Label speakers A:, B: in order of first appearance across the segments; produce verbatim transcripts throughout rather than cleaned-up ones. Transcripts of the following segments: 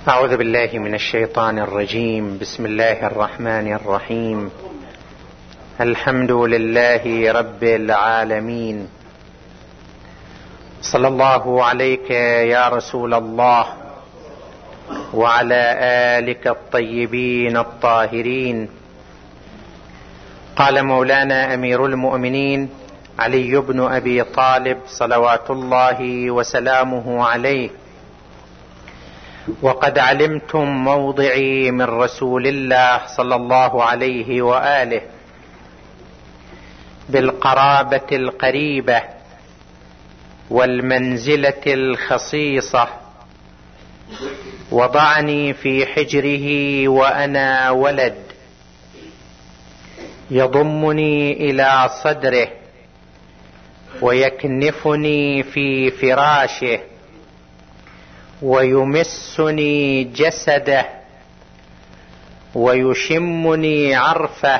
A: أعوذ بالله من الشيطان الرجيم. بسم الله الرحمن الرحيم. الحمد لله رب العالمين. صلى الله عليك يا رسول الله وعلى آلك الطيبين الطاهرين. قال مولانا أمير المؤمنين علي بن أبي طالب صلوات الله وسلامه عليه: وقد علمتم موضعي من رسول الله صلى الله عليه وآله بالقرابة القريبة والمنزلة الخصيصة، وضعني في حجره وأنا ولد، يضمني إلى صدره ويكنفني في فراشه ويمسني جسده ويشمني عرفه،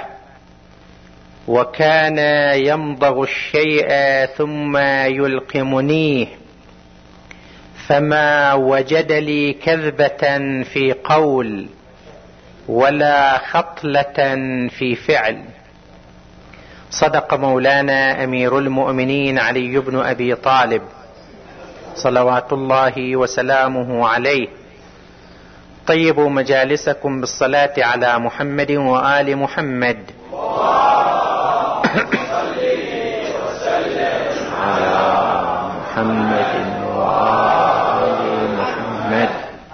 A: وكان يمضغ الشيء ثم يلقمنيه، فما وجد لي كذبة في قول ولا خطلة في فعل. صدق مولانا أمير المؤمنين علي بن أبي طالب صلوات الله وسلامه عليه. طيبوا مجالسكم بالصلاة على محمد وآل محمد. على محمد وآل محمد.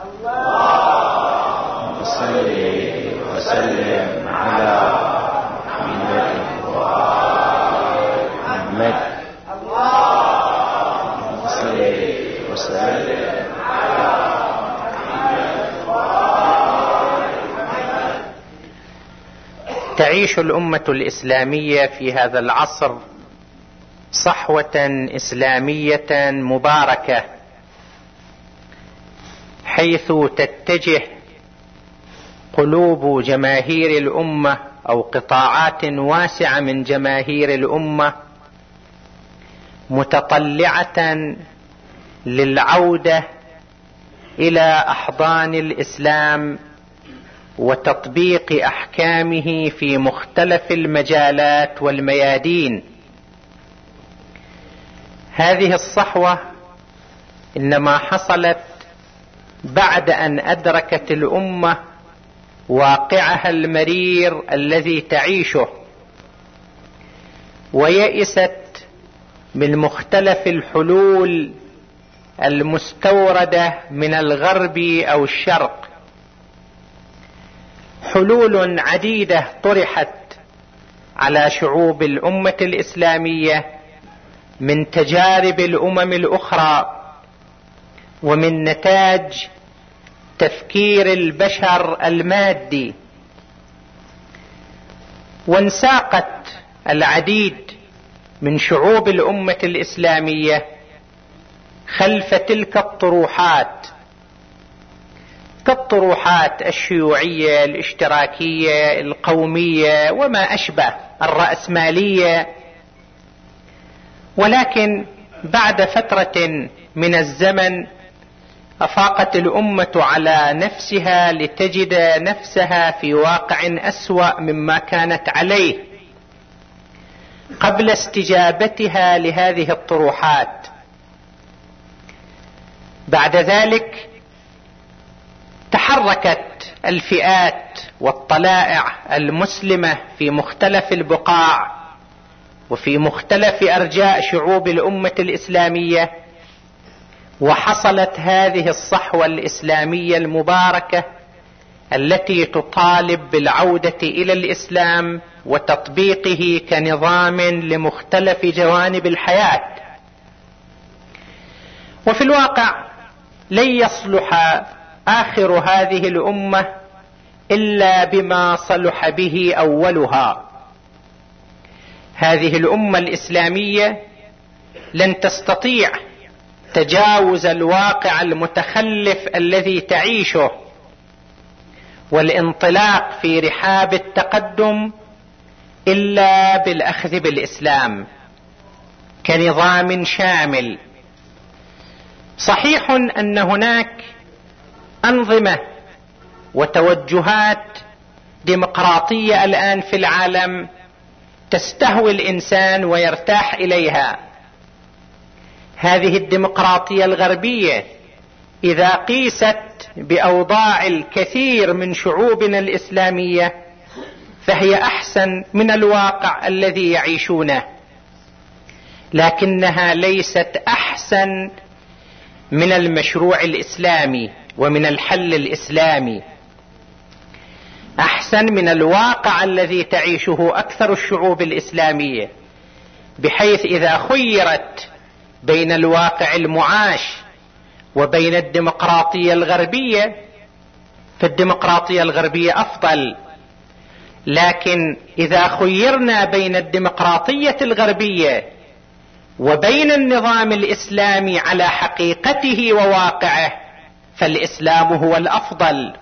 A: صل وسلم على محمد وآل محمد. تعيش الأمة الإسلامية في هذا العصر صحوة إسلامية مباركة، حيث تتجه قلوب جماهير الأمة أو قطاعات واسعة من جماهير الأمة متطلعة للعودة إلى أحضان الإسلام وتطبيق أحكامه في مختلف المجالات والميادين. هذه الصحوة إنما حصلت بعد أن أدركت الأمة واقعها المرير الذي تعيشه، ويئست من مختلف الحلول المستوردة من الغرب أو الشرق. حلول عديدة طرحت على شعوب الأمة الإسلامية من تجارب الأمم الأخرى ومن نتاج تفكير البشر المادي، وانساقت العديد من شعوب الأمة الإسلامية خلف تلك الطروحات، كالطروحات الشيوعية، الاشتراكية، القومية، وما أشبه، الرأسمالية. ولكن بعد فترة من الزمن أفاقت الأمة على نفسها لتجد نفسها في واقع أسوأ مما كانت عليه قبل استجابتها لهذه الطروحات. بعد ذلك تحركت الفئات والطلائع المسلمة في مختلف البقاع وفي مختلف أرجاء شعوب الأمة الإسلامية، وحصلت هذه الصحوة الإسلامية المباركة التي تطالب بالعودة إلى الإسلام وتطبيقه كنظام لمختلف جوانب الحياة. وفي الواقع لن يصلح آخر هذه الأمة إلا بما صلح به أولها. هذه الأمة الإسلامية لن تستطيع تجاوز الواقع المتخلف الذي تعيشه والانطلاق في رحاب التقدم إلا بالأخذ بالإسلام كنظام شامل. صحيح أن هناك أنظمة وتوجهات ديمقراطية الآن في العالم تستهوي الإنسان ويرتاح إليها. هذه الديمقراطية الغربية إذا قيست بأوضاع الكثير من شعوبنا الإسلامية فهي أحسن من الواقع الذي يعيشونه، لكنها ليست أحسن من المشروع الإسلامي ومن الحل الإسلامي، أحسن من الواقع الذي تعيشه أكثر الشعوب الإسلامية، بحيث إذا خيرت بين الواقع المعاش وبين الديمقراطية الغربية فالديمقراطية الغربية أفضل. لكن إذا خيرنا بين الديمقراطية الغربية وبين النظام الإسلامي على حقيقته وواقعه فالإسلام هو الأفضل،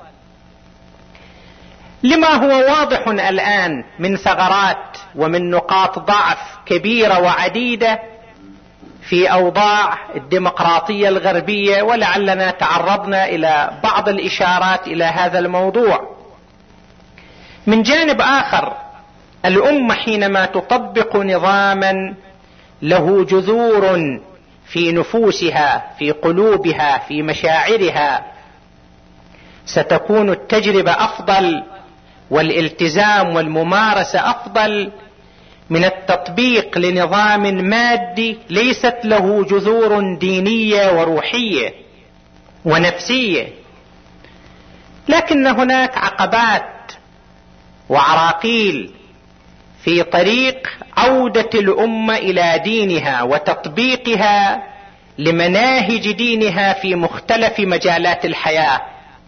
A: لما هو واضح الآن من ثغرات ومن نقاط ضعف كبيرة وعديدة في أوضاع الديمقراطية الغربية، ولعلنا تعرضنا إلى بعض الإشارات إلى هذا الموضوع. من جانب آخر، الأمة حينما تطبق نظاما له جذور في نفوسها، في قلوبها، في مشاعرها، ستكون التجربة أفضل والالتزام والممارسة أفضل من التطبيق لنظام مادي ليست له جذور دينية وروحية ونفسية. لكن هناك عقبات وعراقيل في طريق عودة الأمة إلى دينها وتطبيقها لمناهج دينها في مختلف مجالات الحياة.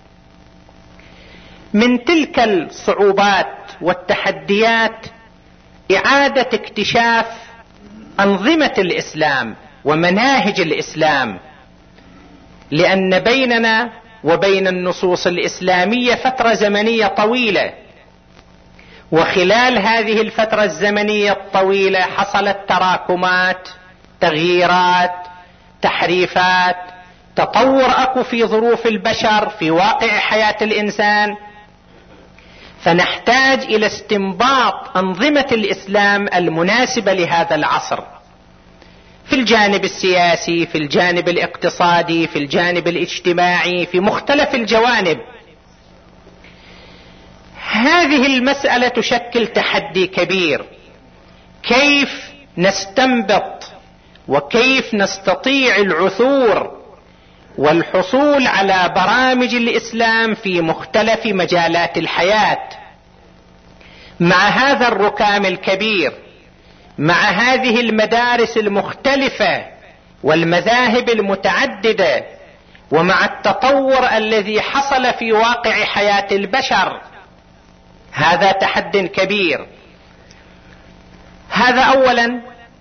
A: من تلك الصعوبات والتحديات إعادة اكتشاف أنظمة الإسلام ومناهج الإسلام، لأن بيننا وبين النصوص الإسلامية فترة زمنية طويلة، وخلال هذه الفترة الزمنية الطويلة حصلت تراكمات، تغييرات، تحريفات، تطور أكو في ظروف البشر في واقع حياة الإنسان، فنحتاج إلى استنباط أنظمة الإسلام المناسبة لهذا العصر في الجانب السياسي، في الجانب الاقتصادي، في الجانب الاجتماعي، في مختلف الجوانب. هذه المسألة تشكل تحدي كبير، كيف نستنبط وكيف نستطيع العثور والحصول على برامج الإسلام في مختلف مجالات الحياة مع هذا الركام الكبير، مع هذه المدارس المختلفة والمذاهب المتعددة، ومع التطور الذي حصل في واقع حياة البشر. هذا تحد كبير. هذا أولا.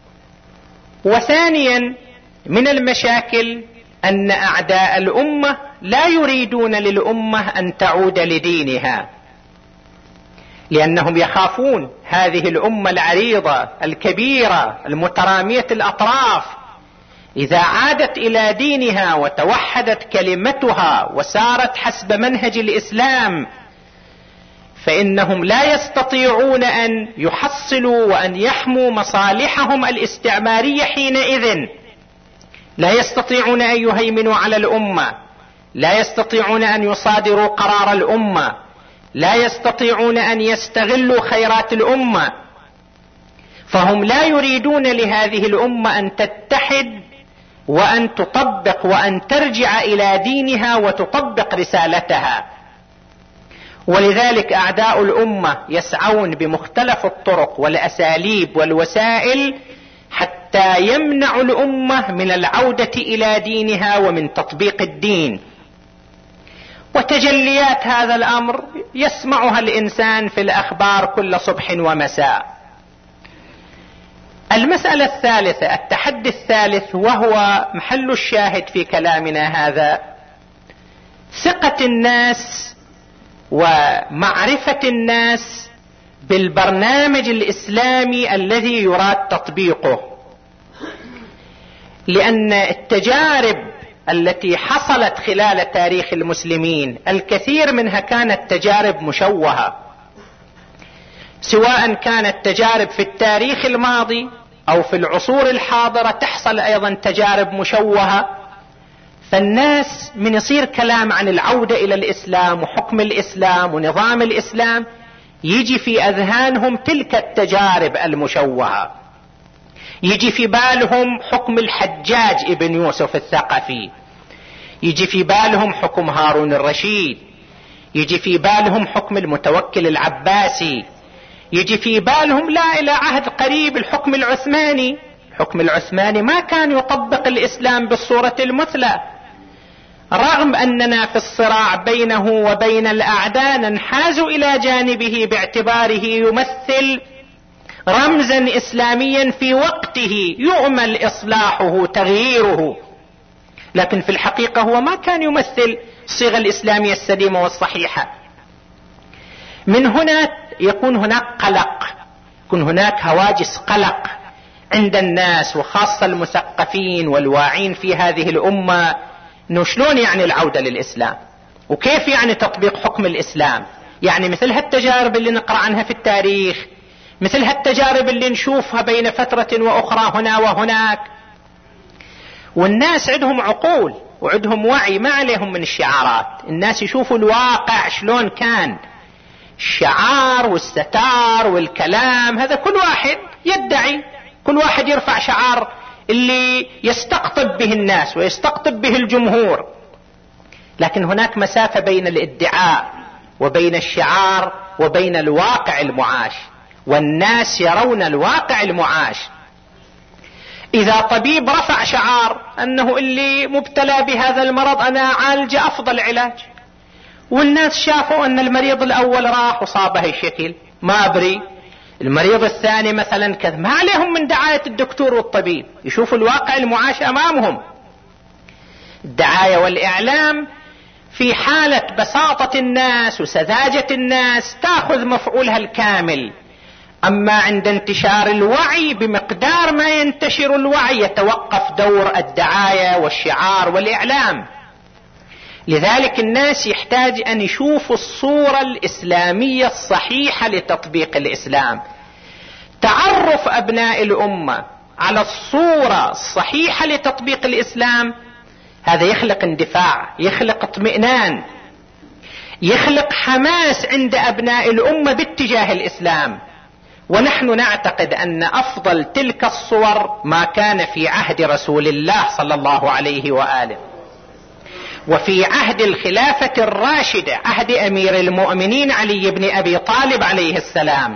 A: وثانيا، من المشاكل أن أعداء الأمة لا يريدون للأمة أن تعود لدينها، لأنهم يخافون هذه الأمة العريضة الكبيرة المترامية الأطراف إذا عادت إلى دينها وتوحدت كلمتها وسارت حسب منهج الإسلام فإنهم لا يستطيعون أن يحصلوا وأن يحموا مصالحهم الاستعمارية حينئذ. لا يستطيعون أن يهيمنوا على الأمة، لا يستطيعون أن يصادروا قرار الأمة، لا يستطيعون أن يستغلوا خيرات الأمة، فهم لا يريدون لهذه الأمة أن تتحد وأن تطبق وأن ترجع إلى دينها وتطبق رسالتها. ولذلك أعداء الأمة يسعون بمختلف الطرق والأساليب والوسائل حتى يمنعوا الأمة من العودة إلى دينها ومن تطبيق الدين. وتجليات هذا الأمر يسمعها الإنسان في الأخبار كل صبح ومساء. المسألة الثالثة، التحدي الثالث، وهو محل الشاهد في كلامنا هذا، ثقة الناس ومعرفة الناس بالبرنامج الإسلامي الذي يراد تطبيقه، لأن التجارب التي حصلت خلال تاريخ المسلمين الكثير منها كانت تجارب مشوهة، سواء كانت تجارب في التاريخ الماضي أو في العصور الحاضرة تحصل أيضا تجارب مشوهة. فالناس من يصير كلام عن العودة إلى الإسلام وحكم الإسلام ونظام الإسلام يجي في أذهانهم تلك التجارب المشوهة، يجي في بالهم حكم الحجاج ابن يوسف الثقفي، يجي في بالهم حكم هارون الرشيد، يجي في بالهم حكم المتوكل العباسي، يجي في بالهم لا إلى عهد قريب الحكم العثماني. الحكم العثماني ما كان يطبق الإسلام بالصورة المثلى، رغم أننا في الصراع بينه وبين الأعداء ننحاز إلى جانبه باعتباره يمثل رمزا إسلاميا في وقته يؤمل إصلاحه تغييره، لكن في الحقيقة هو ما كان يمثل الصيغة الإسلامية السليمة والصحيحة. من هنا يكون هناك قلق، يكون هناك هواجس قلق عند الناس وخاصة المثقفين والواعين في هذه الأمة، إنه شلون يعني العودة للإسلام، وكيف يعني تطبيق حكم الإسلام، يعني مثل هالتجارب اللي نقرأ عنها في التاريخ، مثل هالتجارب اللي نشوفها بين فترة وأخرى هنا وهناك. والناس عندهم عقول وعندهم وعي، ما عليهم من الشعارات، الناس يشوفوا الواقع شلون كان. الشعار والستار والكلام هذا كل واحد يدعي، كل واحد يرفع شعار اللي يستقطب به الناس ويستقطب به الجمهور، لكن هناك مسافة بين الادعاء وبين الشعار وبين الواقع المعاش، والناس يرون الواقع المعاش. إذا طبيب رفع شعار أنه اللي مبتلى بهذا المرض أنا أعالج أفضل علاج، والناس شافوا أن المريض الأول راح وصابه الشكل ما أبري، المريض الثاني مثلا كذا، ما عليهم من دعاية الدكتور والطبيب، يشوفوا الواقع المعاش أمامهم. الدعاية والإعلام في حالة بساطة الناس وسذاجة الناس تأخذ مفعولها الكامل، أما عند انتشار الوعي بمقدار ما ينتشر الوعي يتوقف دور الدعاية والشعار والإعلام. لذلك الناس يحتاج أن يشوفوا الصورة الإسلامية الصحيحة لتطبيق الإسلام. تعرف أبناء الأمة على الصورة الصحيحة لتطبيق الإسلام هذا يخلق اندفاع، يخلق اطمئنان، يخلق حماس عند أبناء الأمة باتجاه الإسلام. ونحن نعتقد أن أفضل تلك الصور ما كان في عهد رسول الله صلى الله عليه وآله، وفي عهد الخلافة الراشدة، عهد أمير المؤمنين علي بن أبي طالب عليه السلام.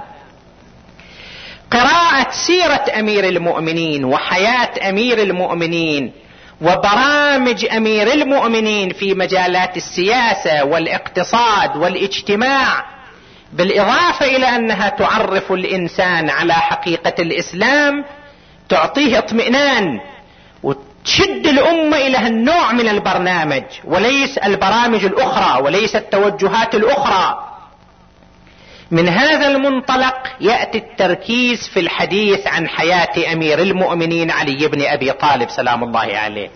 A: قراءة سيرة أمير المؤمنين وحياة أمير المؤمنين وبرامج أمير المؤمنين في مجالات السياسة والاقتصاد والاجتماع، بالإضافة إلى أنها تعرف الإنسان على حقيقة الإسلام، تعطيه اطمئنان وتشد الأمة إلى النوع من البرنامج وليس البرامج الأخرى وليس التوجهات الأخرى. من هذا المنطلق يأتي التركيز في الحديث عن حياة أمير المؤمنين علي بن أبي طالب سلام الله عليه.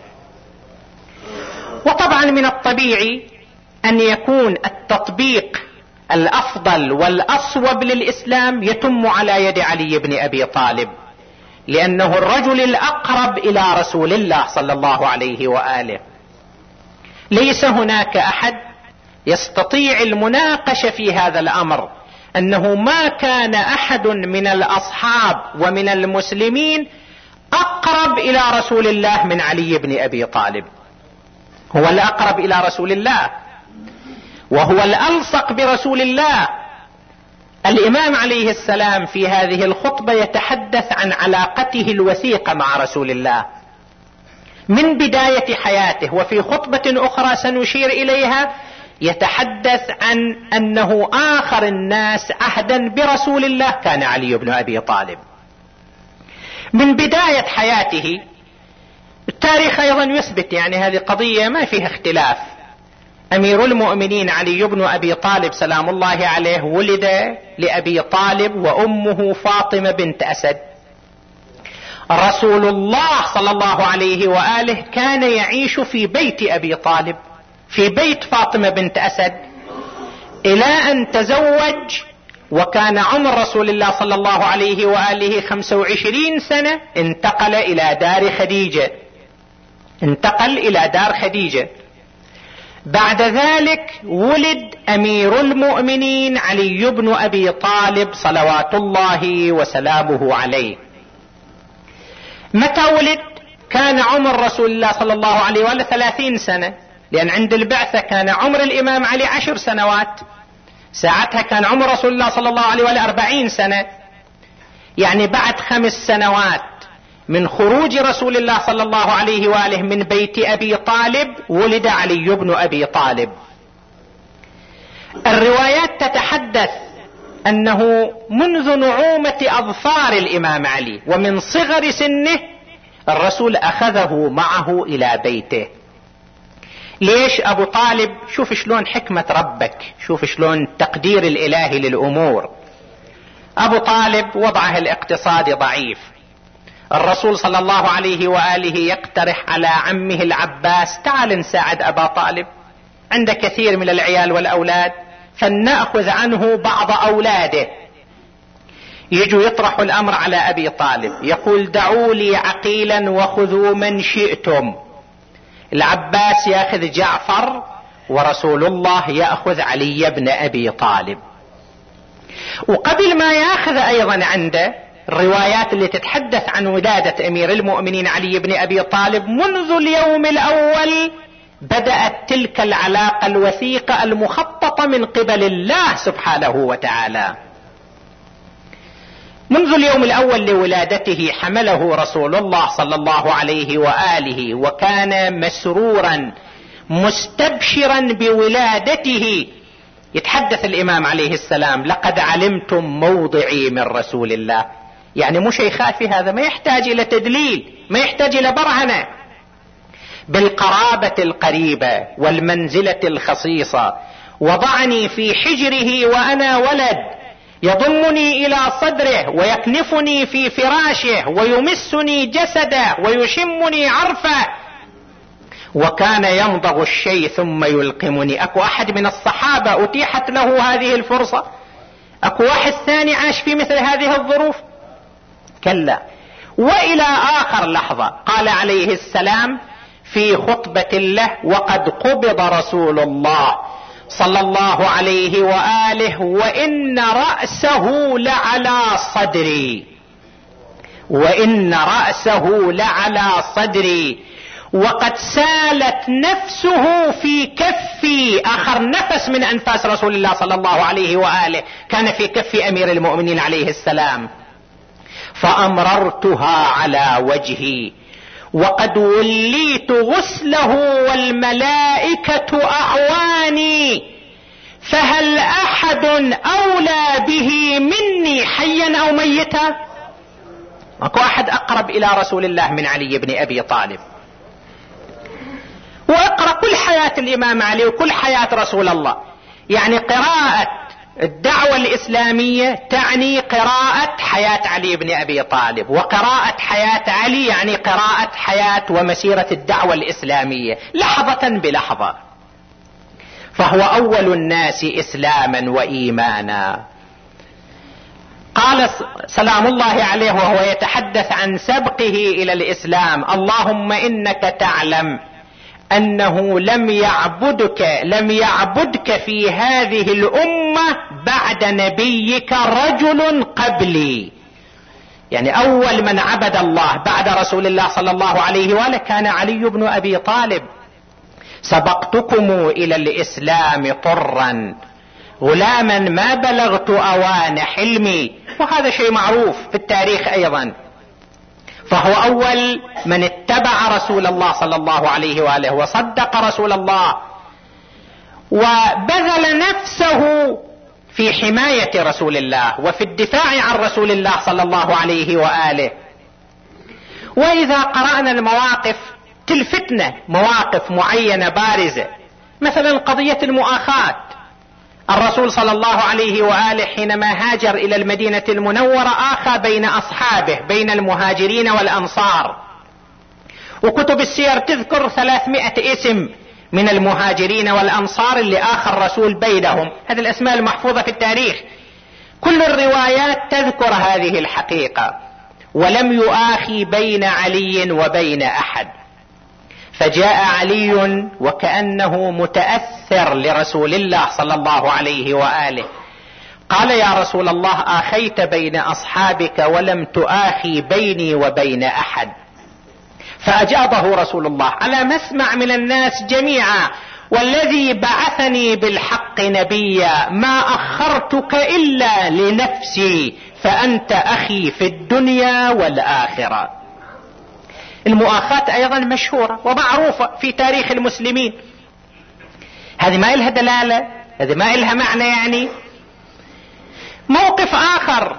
A: وطبعا من الطبيعي أن يكون التطبيق الأفضل والأصوب للإسلام يتم على يد علي بن أبي طالب، لأنه الرجل الأقرب إلى رسول الله صلى الله عليه وآله. ليس هناك أحد يستطيع المناقشة في هذا الأمر، أنه ما كان أحد من الأصحاب ومن المسلمين أقرب إلى رسول الله من علي بن أبي طالب. هو الأقرب إلى رسول الله وهو الألصق برسول الله. الإمام عليه السلام في هذه الخطبة يتحدث عن علاقته الوثيقة مع رسول الله من بداية حياته، وفي خطبة أخرى سنشير إليها يتحدث عن أنه آخر الناس عهدا برسول الله كان علي بن أبي طالب. من بداية حياته التاريخ أيضا يثبت، يعني هذه قضية ما فيها اختلاف، أمير المؤمنين علي بن أبي طالب سلام الله عليه ولد لأبي طالب وأمه فاطمة بنت أسد. رسول الله صلى الله عليه وآله كان يعيش في بيت أبي طالب، في بيت فاطمة بنت أسد، إلى أن تزوج، وكان عمر رسول الله صلى الله عليه وآله خمسة وعشرين سنة. انتقل إلى دار خديجة، انتقل إلى دار خديجة. بعد ذلك ولد أمير المؤمنين علي بن أبي طالب صلوات الله وسلامه عليه. متى ولد؟ كان عمر رسول الله صلى الله عليه وآله ثلاثين سنة، لأن عند البعثة كان عمر الإمام علي عشر سنوات، ساعتها كان عمر رسول الله صلى الله عليه وآله أربعين سنة. يعني بعد خمس سنوات من خروج رسول الله صلى الله عليه وآله من بيت أبي طالب ولد علي بن أبي طالب. الروايات تتحدث أنه منذ نعومة أظفار الإمام علي ومن صغر سنه الرسول أخذه معه إلى بيته. ليش أبو طالب؟ شوف شلون حكمة ربك، شوف شلون تقدير الإلهي للأمور. أبو طالب وضعه الاقتصادي ضعيف، الرسول صلى الله عليه وآله يقترح على عمه العباس تعال نساعد أبا طالب، عنده كثير من العيال والأولاد فلنأخذ عنه بعض أولاده. يجوا يطرحوا الأمر على أبي طالب، يقول دعوا لي عقيلا وخذوا من شئتم. العباس يأخذ جعفر ورسول الله يأخذ علي بن أبي طالب. وقبل ما يأخذ أيضا عنده الروايات اللي تتحدث عن ولادة أمير المؤمنين علي بن أبي طالب، منذ اليوم الأول بدأت تلك العلاقة الوثيقة المخططة من قبل الله سبحانه وتعالى. منذ اليوم الأول لولادته حمله رسول الله صلى الله عليه وآله، وكان مسرورا مستبشرا بولادته. يتحدث الإمام عليه السلام لقد علمتم موضعي من رسول الله، يعني مو شيء خافي، هذا ما يحتاج إلى تدليل، ما يحتاج إلى برهنة. بالقرابة القريبة والمنزلة الخصيصة وضعني في حجره وأنا ولد، يضمني إلى صدره ويكنفني في فراشه ويمسني جسده ويشمني عرفه، وكان يمضغ الشيء ثم يلقمني. أكو أحد من الصحابة أتيحت له هذه الفرصة؟ أكو واحد ثاني عاش في مثل هذه الظروف؟ كلا. وإلى آخر لحظة قال عليه السلام في خطبة له وقد قبض رسول الله صلى الله عليه وآله وإن رأسه لعلى صدري، وإن رأسه لعلى صدري وقد سالت نفسه في كفي. آخر نفس من أنفاس رسول الله صلى الله عليه وآله كان في كف أمير المؤمنين عليه السلام، فأمررتها على وجهي وقد وليت غسله والملائكة أعواني، فهل أحد أولى به مني حيا أو ميتا؟ ماكو أحد أقرب إلى رسول الله من علي بن أبي طالب. وأقرأ كل حياة الإمام علي وكل حياة رسول الله. يعني قراءة الدعوة الإسلامية تعني قراءة حياة علي بن أبي طالب، وقراءة حياة علي يعني قراءة حياة ومسيرة الدعوة الإسلامية لحظة بلحظة. فهو أول الناس إسلاما وإيمانا. قال سلام الله عليه وهو يتحدث عن سبقه إلى الإسلام: اللهم إنك تعلم أنه لم يعبدك لم يعبدك في هذه الأمة بعد نبيك رجل قبلي. يعني أول من عبد الله بعد رسول الله صلى الله عليه وآله كان علي بن أبي طالب. سبقتكم إلى الإسلام طرا غلاما ما بلغت أوان حلمي، وهذا شيء معروف في التاريخ أيضا. فهو أول من اتبع رسول الله صلى الله عليه وآله وصدق رسول الله وبذل نفسه في حماية رسول الله وفي الدفاع عن رسول الله صلى الله عليه وآله. وإذا قرأنا المواقف تلفتنا مواقف معينة بارزة، مثلا قضية المؤاخاة. الرسول صلى الله عليه وآله حينما هاجر إلى المدينة المنورة آخى بين أصحابه، بين المهاجرين والأنصار، وكتب السير تذكر ثلاثمائة اسم من المهاجرين والأنصار اللي آخى الرسول بينهم. هذه الأسماء المحفوظة في التاريخ، كل الروايات تذكر هذه الحقيقة، ولم يؤاخي بين علي وبين أحد. فجاء علي وكأنه متأثر لرسول الله صلى الله عليه وآله، قال: يا رسول الله، آخيت بين أصحابك ولم تؤاخي بيني وبين أحد. فأجابه رسول الله على مسمع من الناس جميعا: والذي بعثني بالحق نبيا ما أخرتك إلا لنفسي، فأنت أخي في الدنيا والآخرة. المؤاخاة أيضا مشهورة ومعروفة في تاريخ المسلمين. هذه ما إلها دلالة، هذه ما إلها معنى. يعني موقف آخر،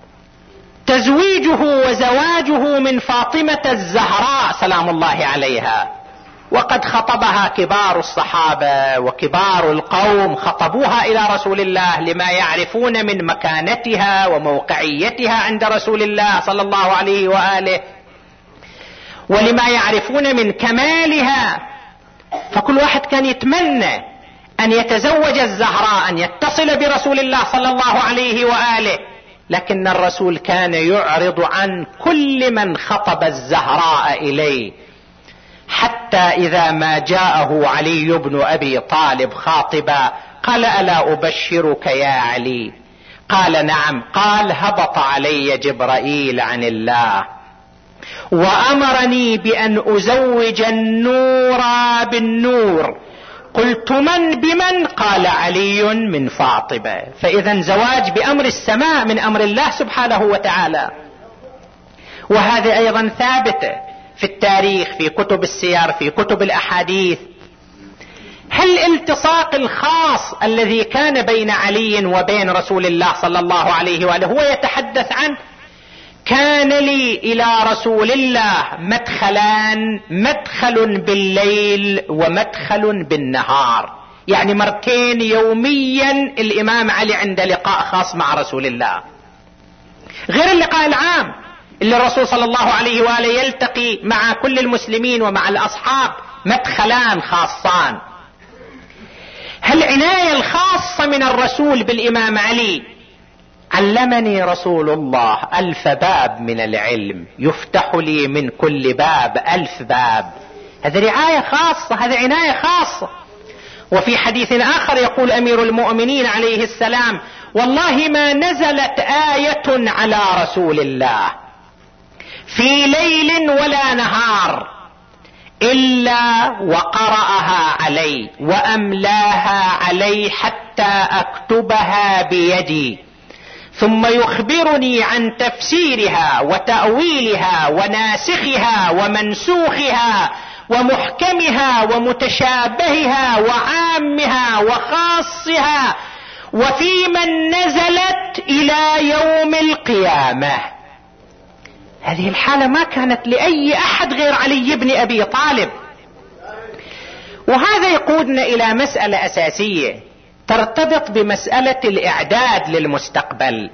A: تزويجه وزواجه من فاطمة الزهراء سلام الله عليها، وقد خطبها كبار الصحابة وكبار القوم، خطبوها إلى رسول الله لما يعرفون من مكانتها وموقعيتها عند رسول الله صلى الله عليه وآله، ولما يعرفون من كمالها. فكل واحد كان يتمنى أن يتزوج الزهراء، أن يتصل برسول الله صلى الله عليه وآله، لكن الرسول كان يعرض عن كل من خطب الزهراء إليه، حتى إذا ما جاءه علي بن أبي طالب خاطبا قال: ألا أبشرك يا علي؟ قال: نعم. قال: هبط علي جبرائيل عن الله وأمرني بأن أزوج النور بالنور. قلت: من بمن؟ قال: علي من فاطمة. فإذا زواج بأمر السماء من أمر الله سبحانه وتعالى. وهذا أيضا ثابت في التاريخ، في كتب السير، في كتب الأحاديث. هل الالتصاق الخاص الذي كان بين علي وبين رسول الله صلى الله عليه وآله هو يتحدث عنه: كان لي إلى رسول الله مدخلان، مدخل بالليل ومدخل بالنهار، يعني مرتين يوميا الإمام علي عنده لقاء خاص مع رسول الله، غير اللقاء العام اللي الرسول صلى الله عليه وآله يلتقي مع كل المسلمين ومع الأصحاب، مدخلان خاصان. هالعناية الخاصة من الرسول بالإمام علي: علمني رسول الله ألف باب من العلم، يفتح لي من كل باب ألف باب. هذه رعاية خاصة، هذه عناية خاصة. وفي حديث آخر يقول أمير المؤمنين عليه السلام: والله ما نزلت آية على رسول الله في ليل ولا نهار إلا وقرأها علي وأملاها علي حتى أكتبها بيدي، ثم يخبرني عن تفسيرها وتأويلها وناسخها ومنسوخها ومحكمها ومتشابهها وعامها وخاصها، وفي من نزلت إلى يوم القيامة. هذه الحالة ما كانت لأي أحد غير علي بن أبي طالب. وهذا يقودنا إلى مسألة أساسية ترتبط بمسألة الإعداد للمستقبل.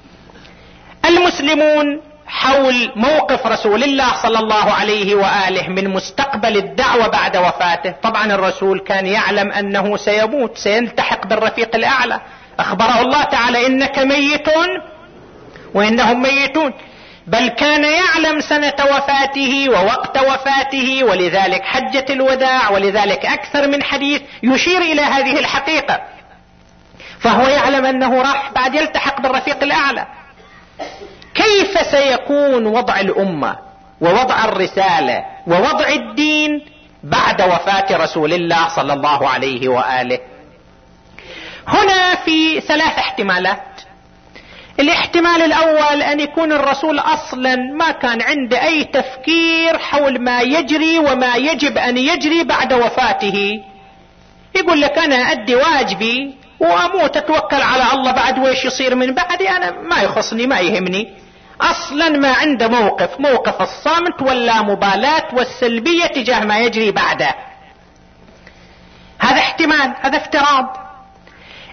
A: المسلمون حول موقف رسول الله صلى الله عليه وآله من مستقبل الدعوة بعد وفاته. طبعا الرسول كان يعلم أنه سيموت، سيلتحق بالرفيق الأعلى، أخبره الله تعالى: إنك ميت وإنهم ميتون. بل كان يعلم سنة وفاته ووقت وفاته، ولذلك حجة الوداع، ولذلك أكثر من حديث يشير إلى هذه الحقيقة. فهو يعلم أنه راح بعد يلتحق بالرفيق الأعلى. كيف سيكون وضع الأمة ووضع الرسالة ووضع الدين بعد وفاة رسول الله صلى الله عليه وآله؟ هنا في ثلاث احتمالات. الاحتمال الأول أن يكون الرسول أصلا ما كان عنده أي تفكير حول ما يجري وما يجب أن يجري بعد وفاته. يقول لك أنا أدي واجبي وأموت، أتوكل على الله، بعد ويش يصير من بعدي أنا ما يخصني، ما يهمني. أصلا ما عنده موقف، موقف الصامت ولا مبالاة والسلبية تجاه ما يجري بعده. هذا احتمال، هذا افتراض.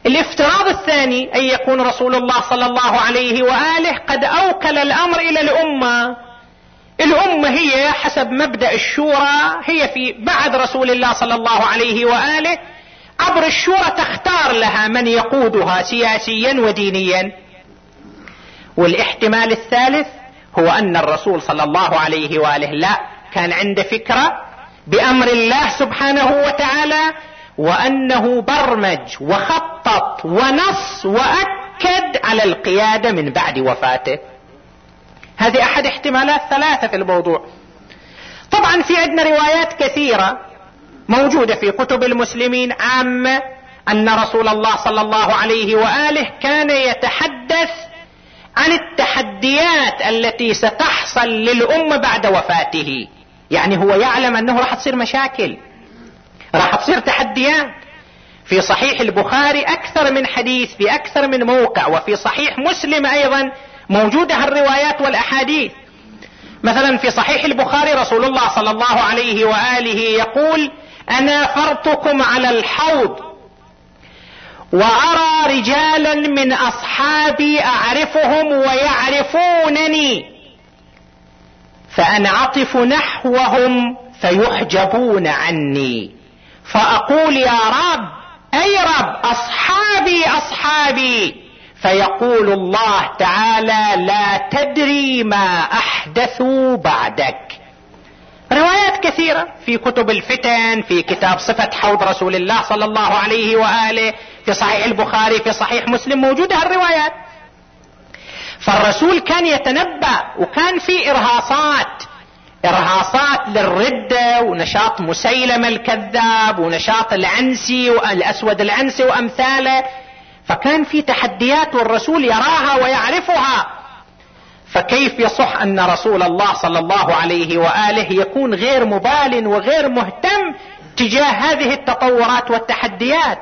A: الافتراض الثاني أن يكون رسول الله صلى الله عليه وآله قد أوكل الأمر إلى الأمة. الأمة هي حسب مبدأ الشورى هي في بعد رسول الله صلى الله عليه وآله، عبر الشورى تختار لها من يقودها سياسيا ودينيا. والاحتمال الثالث هو أن الرسول صلى الله عليه وآله لا، كان عنده فكرة بأمر الله سبحانه وتعالى، وأنه برمج وخطط ونص وأكد على القيادة من بعد وفاته. هذه أحد احتمالات ثلاثة في الموضوع. طبعا في عندنا روايات كثيرة موجودة في كتب المسلمين عامة أن رسول الله صلى الله عليه وآله كان يتحدث عن التحديات التي ستحصل للأمة بعد وفاته. يعني هو يعلم أنه راح تصير مشاكل، راح تصير تحديات. في صحيح البخاري أكثر من حديث في أكثر من موقع، وفي صحيح مسلم أيضا موجودة الروايات والأحاديث. مثلا في صحيح البخاري رسول الله صلى الله عليه وآله يقول: أنا فرتكم على الحوض وأرى رجالا من أصحابي أعرفهم ويعرفونني، فأنعطف نحوهم فيحجبون عني، فأقول يا رب أي رب أصحابي أصحابي، فيقول الله تعالى لا تدري ما أحدثوا بعدك. روايات كثيرة في كتب الفتن، في كتاب صفة حوض رسول الله صلى الله عليه وآله، في صحيح البخاري، في صحيح مسلم موجودة الروايات. فالرسول كان يتنبأ، وكان في إرهاصات إرهاصات للردة ونشاط مسيلمة الكذاب ونشاط العنسي والأسود العنسي وأمثاله، فكان في تحديات والرسول يراها ويعرفها. فكيف يصح أن رسول الله صلى الله عليه وآله يكون غير مبال وغير مهتم تجاه هذه التطورات والتحديات؟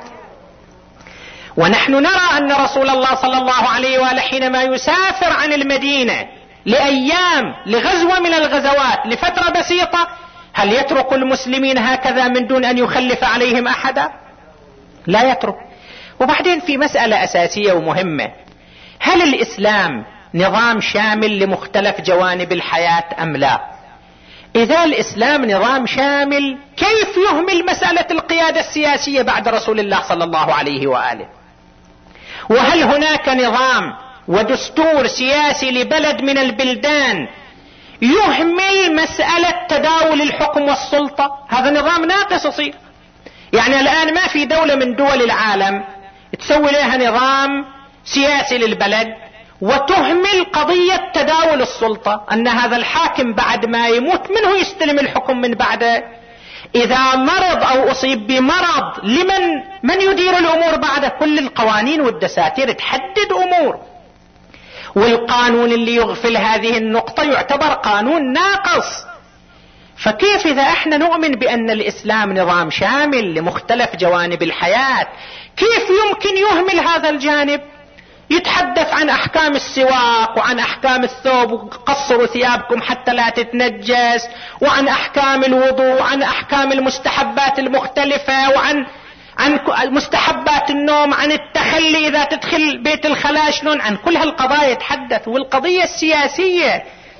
A: ونحن نرى أن رسول الله صلى الله عليه وآله حينما يسافر عن المدينة لأيام لغزوة من الغزوات لفترة بسيطة، هل يترك المسلمين هكذا من دون أن يخلف عليهم أحدا؟ لا يترك. وبعدين في مسألة أساسية ومهمة: هل الإسلام نظام شامل لمختلف جوانب الحياة أم لا؟ إذا الإسلام نظام شامل، كيف يهمل مسألة القيادة السياسية بعد رسول الله صلى الله عليه وآله؟ وهل هناك نظام ودستور سياسي لبلد من البلدان يهمل مسألة تداول الحكم والسلطة؟ هذا نظام ناقص يصير. يعني الآن ما في دولة من دول العالم تسوي لها نظام سياسي للبلد وتهمل قضية تداول السلطة، أن هذا الحاكم بعد ما يموت منه يستلم الحكم من بعده. إذا مرض أو أصيب بمرض لمن من يدير الأمور بعده؟ كل القوانين والدساتير تحدد أمور، والقانون اللي يغفل هذه النقطة يعتبر قانون ناقص. فكيف إذا احنا نؤمن بأن الإسلام نظام شامل لمختلف جوانب الحياة، كيف يمكن يهمل هذا الجانب؟ يتحدث عن أحكام السواك وعن أحكام الثوب وقصروا ثيابكم حتى لا تتنجس، وعن أحكام الوضوء، وعن أحكام المستحبات المختلفة، وعن عن مستحبات النوم، عن التخلي إذا تدخل بيت الخلاء شلون، عن كل هالقضايا يتحدث. والقضية السياسية،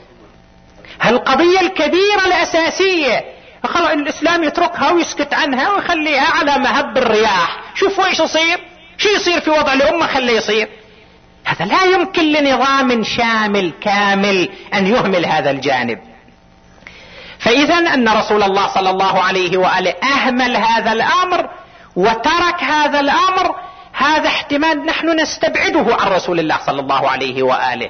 A: هالقضية الكبيرة الأساسية، خلاص الإسلام يتركها ويسكت عنها ويخليها على مهب الرياح. شوفوا ايش يصير، شو يصير في وضع الأمة خليه يصير. هذا لا يمكن لنظام شامل كامل أن يهمل هذا الجانب. فإذا أن رسول الله صلى الله عليه وآله أهمل هذا الأمر وترك هذا الأمر، هذا احتمال نحن نستبعده عن رسول الله صلى الله عليه وآله.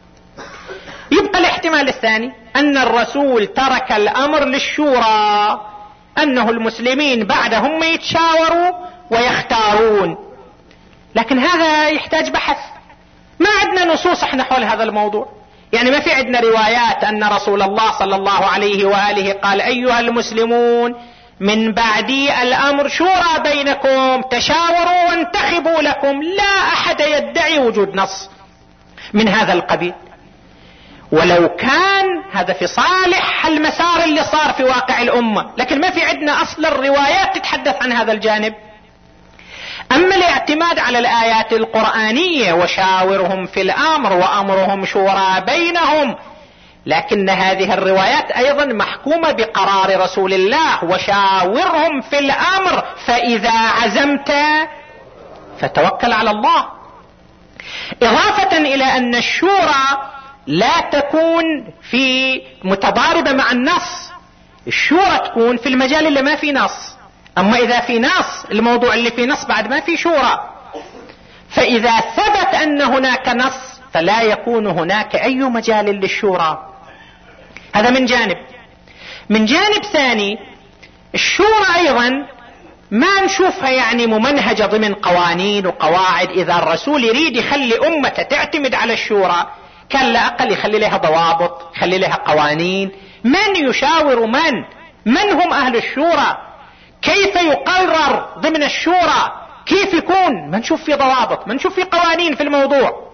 A: يبقى الاحتمال الثاني أن الرسول ترك الأمر للشورى، أنه المسلمين بعدهم يتشاوروا ويختارون. لكن هذا يحتاج بحث، ما عندنا نصوص احنا حول هذا الموضوع. يعني ما في عندنا روايات أن رسول الله صلى الله عليه وآله قال: أيها المسلمون من بعدي الأمر شورى بينكم، تشاوروا وانتخبوا لكم. لا أحد يدعي وجود نص من هذا القبيل، ولو كان هذا في صالح المسار اللي صار في واقع الأمة، لكن ما في عندنا أصل الروايات تتحدث عن هذا الجانب. أما الاعتماد على الآيات القرآنية وشاورهم في الأمر وأمرهم شورى بينهم، لكن هذه الروايات أيضا محكومة بقرار رسول الله وشاورهم في الأمر فإذا عزمت فتوكل على الله. إضافة إلى أن الشورى لا تكون في متضاربة مع النص، الشورى تكون في المجال اللي ما في نص، أما إذا في نص الموضوع اللي في نص بعد ما في شورى. فإذا ثبت أن هناك نص فلا يكون هناك أي مجال للشورى. هذا من جانب. من جانب ثاني الشورى أيضا ما نشوفها يعني ممنهجة ضمن قوانين وقواعد. إذا الرسول يريد يخلي أمته تعتمد على الشورى كان لا أقل يخلي لها ضوابط، يخلي لها قوانين. من يشاور من؟ من هم أهل الشورى؟ كيف يقرر ضمن الشورى؟ كيف يكون؟ ما نشوف في ضوابط، ما نشوف في قوانين في الموضوع.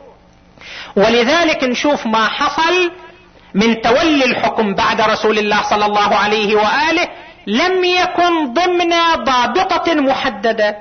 A: ولذلك نشوف ما حصل من تولي الحكم بعد رسول الله صلى الله عليه وآله لم يكن ضمن ضابطة محددة.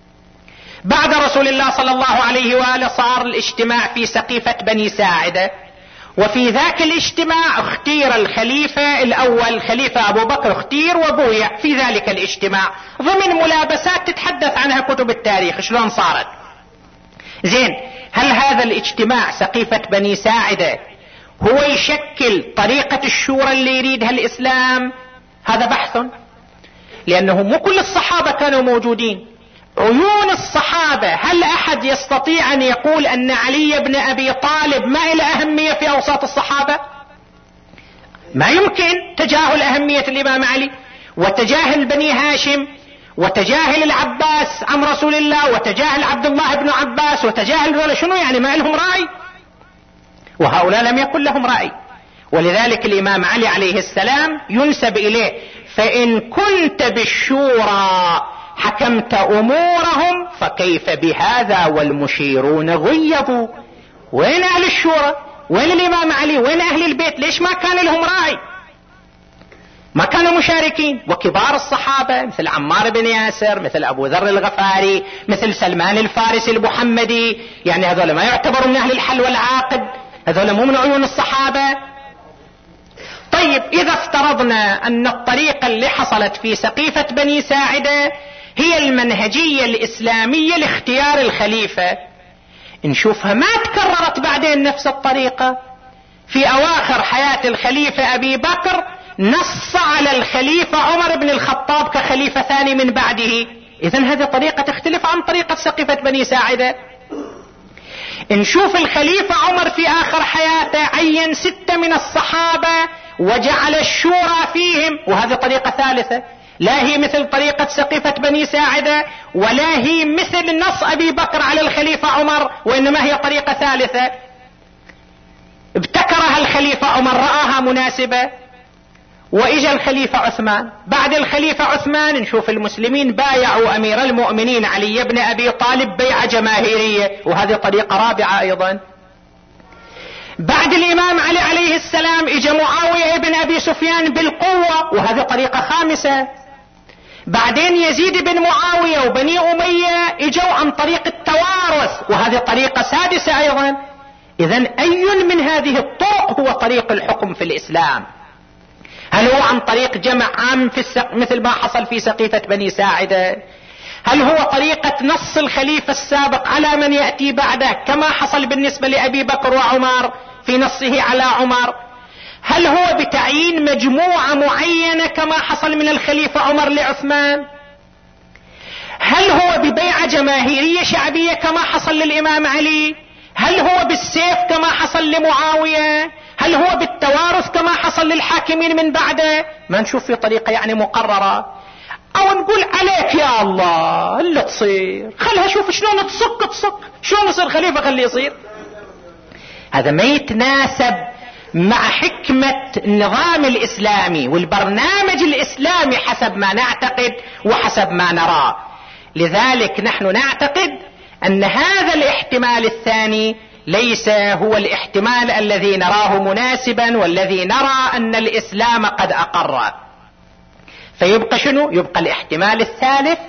A: بعد رسول الله صلى الله عليه وآله صار الاجتماع في سقيفة بني ساعدة، وفي ذاك الاجتماع اختير الخليفة الأول، خليفة أبو بكر اختير وبويع في ذلك الاجتماع ضمن ملابسات تتحدث عنها كتب التاريخ شلون صارت. زين، هل هذا الاجتماع سقيفة بني ساعدة هو يشكل طريقة الشورى اللي يريدها الإسلام؟ هذا بحث، لأنه مو كل الصحابة كانوا موجودين. عيون الصحابة، هل أحد يستطيع أن يقول أن علي بن أبي طالب ما له أهمية في أوساط الصحابة؟ ما يمكن تجاهل أهمية الإمام علي وتجاهل بني هاشم وتجاهل العباس عم رسول الله وتجاهل عبد الله بن عباس وتجاهل ذولا. شنو يعني ما لهم رأي؟ وهؤلاء لم يكن لهم رأي. ولذلك الإمام علي عليه السلام ينسب إليه: فإن كنت بالشورى حكمت أمورهم فكيف بهذا والمشيرون غيبوا. وين أهل الشورى؟ وين الإمام علي؟ وين أهل البيت؟ ليش ما كان لهم رأي؟ ما كانوا مشاركين. وكبار الصحابة مثل عمار بن ياسر، مثل أبو ذر الغفاري، مثل سلمان الفارسي المحمدي، يعني هذول ما يعتبروا من أهل الحل والعقد، هذول مو من عيون الصحابة. طيب، إذا افترضنا أن الطريقة اللي حصلت في سقيفة بني ساعدة هي المنهجية الإسلامية لاختيار الخليفة، نشوفها ما تكررت بعدين نفس الطريقة. في أواخر حياة الخليفة أبي بكر نص على الخليفة عمر بن الخطاب كخليفة ثاني من بعده. إذن هذه طريقة تختلف عن طريقة سقيفة بني ساعدة. نشوف الخليفة عمر في آخر حياته عين ستة من الصحابة وجعل الشورى فيهم، وهذه طريقة ثالثة لا هي مثل طريقة سقيفة بني ساعدة ولا هي مثل نص أبي بكر على الخليفة عمر، وإنما هي طريقة ثالثة ابتكرها الخليفة عمر، رآها مناسبة. وإجا الخليفة عثمان. بعد الخليفة عثمان نشوف المسلمين بايعوا أمير المؤمنين علي بن أبي طالب بيعة جماهيرية، وهذه طريقة رابعة أيضا. بعد الإمام علي عليه السلام إجا معاوية بن أبي سفيان بالقوة، وهذه طريقة خامسة. بعدين يزيد بن معاوية وبني أمية إجوا عن طريق التوارث، وهذه طريقة سادسة أيضا. إذن أي من هذه الطرق هو طريق الحكم في الإسلام؟ هل هو عن طريق جمع عام في السق... مثل ما حصل في سقيفة بني ساعدة؟ هل هو طريقة نص الخليفة السابق على من يأتي بعده كما حصل بالنسبة لأبي بكر وعمر في نصه على عمر؟ هل هو بتعيين مجموعة معينة كما حصل من الخليفة عمر لعثمان؟ هل هو ببيعة جماهيرية شعبية كما حصل للإمام علي؟ هل هو بالسيف كما حصل لمعاوية؟ هل هو بالتوارث كما حصل للحاكمين من بعده؟ ما نشوف في طريقة يعني مقررة. او نقول عليك يا الله اللي تصير خلها شوف شلون تصك تصك شلون يصير خليفة خليه يصير. هذا ما يتناسب مع حكمة النظام الإسلامي والبرنامج الإسلامي حسب ما نعتقد وحسب ما نرى. لذلك نحن نعتقد أن هذا الاحتمال الثاني ليس هو الاحتمال الذي نراه مناسبا والذي نرى أن الإسلام قد أقره. فيبقى شنو؟ يبقى الاحتمال الثالث،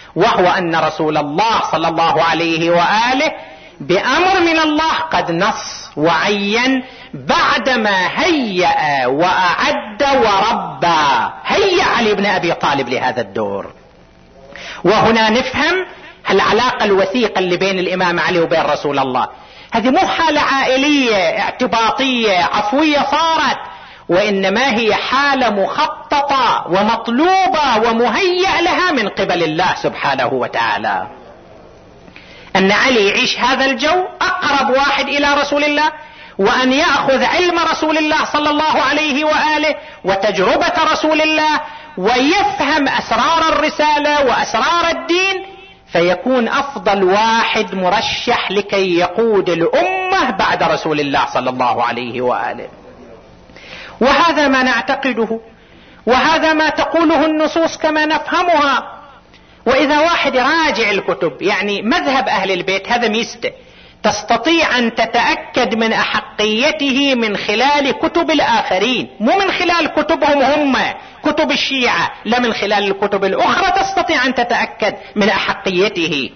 A: وهو أن رسول الله صلى الله عليه وآله بأمر من الله قد نص وعين بعدما هيأ وأعد وربى، هيأ علي بن أبي طالب لهذا الدور. وهنا نفهم العلاقة الوثيقة اللي بين الإمام علي وبين رسول الله. هذه مو حالة عائلية اعتباطية عفوية صارت، وإنما هي حالة مخططة ومطلوبة ومهيأ لها من قبل الله سبحانه وتعالى. أن علي يعيش هذا الجو أقرب واحد إلى رسول الله، وأن يأخذ علم رسول الله صلى الله عليه وآله وتجربة رسول الله، ويفهم أسرار الرسالة وأسرار الدين، فيكون أفضل واحد مرشح لكي يقود الأمة بعد رسول الله صلى الله عليه وآله. وهذا ما نعتقده، وهذا ما تقوله النصوص كما نفهمها. وإذا واحد راجع الكتب، يعني مذهب أهل البيت هذا ميزته، تستطيع أن تتأكد من أحقيته من خلال كتب الآخرين، مو من خلال كتبهم هم كتب الشيعة، لا من خلال الكتب الأخرى تستطيع أن تتأكد من أحقيته.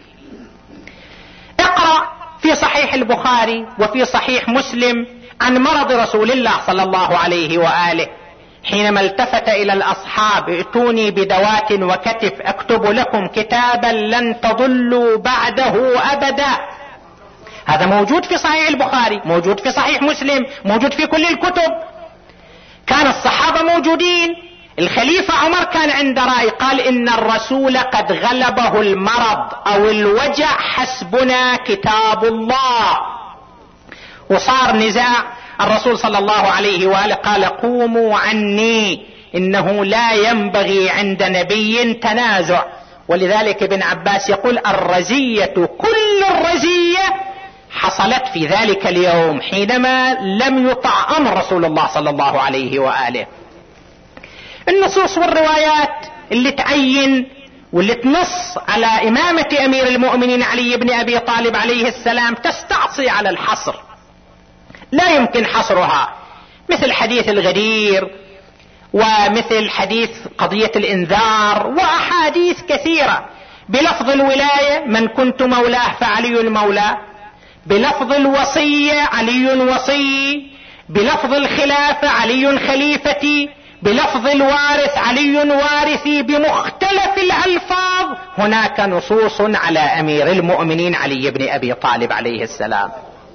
A: اقرأ في صحيح البخاري وفي صحيح مسلم عن مرض رسول الله صلى الله عليه وآله حينما التفت إلى الأصحاب: ائتوني بدوات وكتف أكتب لكم كتابا لن تضلوا بعده أبدا. هذا موجود في صحيح البخاري، موجود في صحيح مسلم، موجود في كل الكتب. كان الصحابة موجودين. الخليفة عمر كان عنده رأي، قال: إن الرسول قد غلبه المرض أو الوجع، حسبنا كتاب الله. وصار نزاع. الرسول صلى الله عليه وآله قال: قوموا عني، إنه لا ينبغي عند نبي تنازع. ولذلك ابن عباس يقول: الرزية كل الرزية حصلت في ذلك اليوم حينما لم يطع أمر رسول الله صلى الله عليه وآله. النصوص والروايات اللي تعين واللي تنص على إمامة أمير المؤمنين علي بن أبي طالب عليه السلام تستعصي على الحصر، لا يمكن حصرها، مثل حديث الغدير، ومثل حديث قضية الإنذار، وأحاديث كثيرة. بلفظ الولاية: من كنت مولاه فعلي المولى. بلفظ الوصية: علي وصي. بلفظ الخلافة: علي خليفتي. بلفظ الوارث: علي وارثي. بمختلف الألفاظ هناك نصوص على أمير المؤمنين علي بن أبي طالب عليه السلام.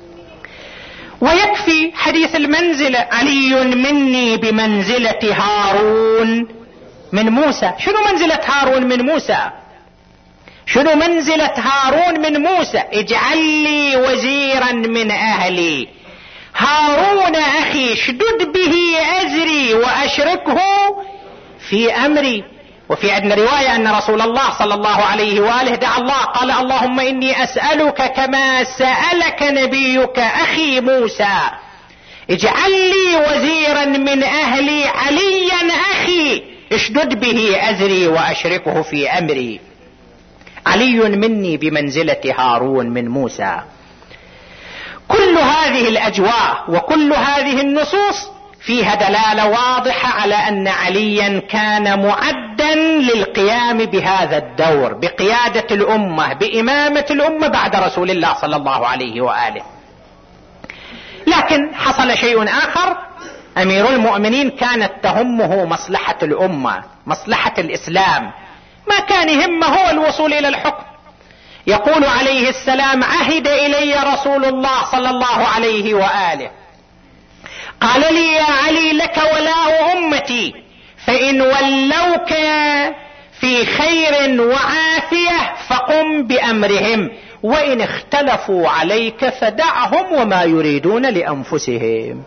A: ويكفي حديث المنزلة: علي مني بمنزلة هارون من موسى. شنو منزلة هارون من موسى؟ شنو منزلة هارون من موسى؟ اجعل لي وزيرا من أهلي. هارون أخي اشدد به أزري وأشركه في أمري. وفي عندنا رواية أن رسول الله صلى الله عليه وآله دعا الله، قال: اللهم إني أسألك كما سألك نبيك أخي موسى، اجعل لي وزيرا من أهلي عليا أخي اشدد به أزري وأشركه في أمري. علي مني بمنزلة هارون من موسى. كل هذه الأجواء وكل هذه النصوص فيها دلالة واضحة على أن عليا كان معدا للقيام بهذا الدور، بقيادة الأمة، بإمامة الأمة بعد رسول الله صلى الله عليه وآله. لكن حصل شيء آخر. أمير المؤمنين كانت تهمه مصلحة الأمة، مصلحة الإسلام، ما كان يهمه هو الوصول إلى الحكم. يقول عليه السلام: عهد إلي رسول الله صلى الله عليه وآله، قال لي: يا علي لك ولاء أمتي، فإن ولوك في خير وعافية فقم بأمرهم، وإن اختلفوا عليك فدعهم وما يريدون لأنفسهم.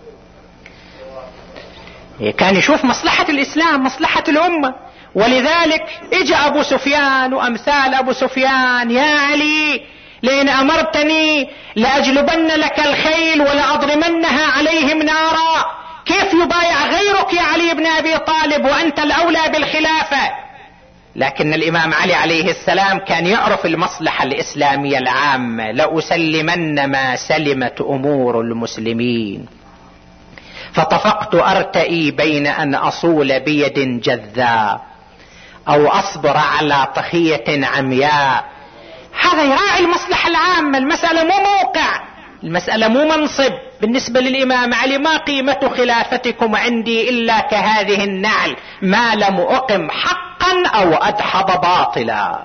A: كان يشوف مصلحة الإسلام، مصلحة الأمة. ولذلك اجى أبو سفيان وأمثال أبو سفيان: يا علي لئن أمرتني لأجلبن لك الخيل ولأضرمنها عليهم نارا. كيف يبايع غيرك يا علي بن أبي طالب وأنت الأولى بالخلافة؟ لكن الإمام علي عليه السلام كان يعرف المصلحة الإسلامية العامة: لأسلمن ما سلمت أمور المسلمين، فطفقت أرتئي بين أن أصول بيد جذا. أو أصبر على طخية عمياء. هذا يراعي المصلحة العامة. المسألة مو موقع، المسألة مو منصب. بالنسبة للإمام علي: ما قيمة خلافتكم عندي إلا كهذه النعل، ما لم أقم حقا أو أدحض باطلا.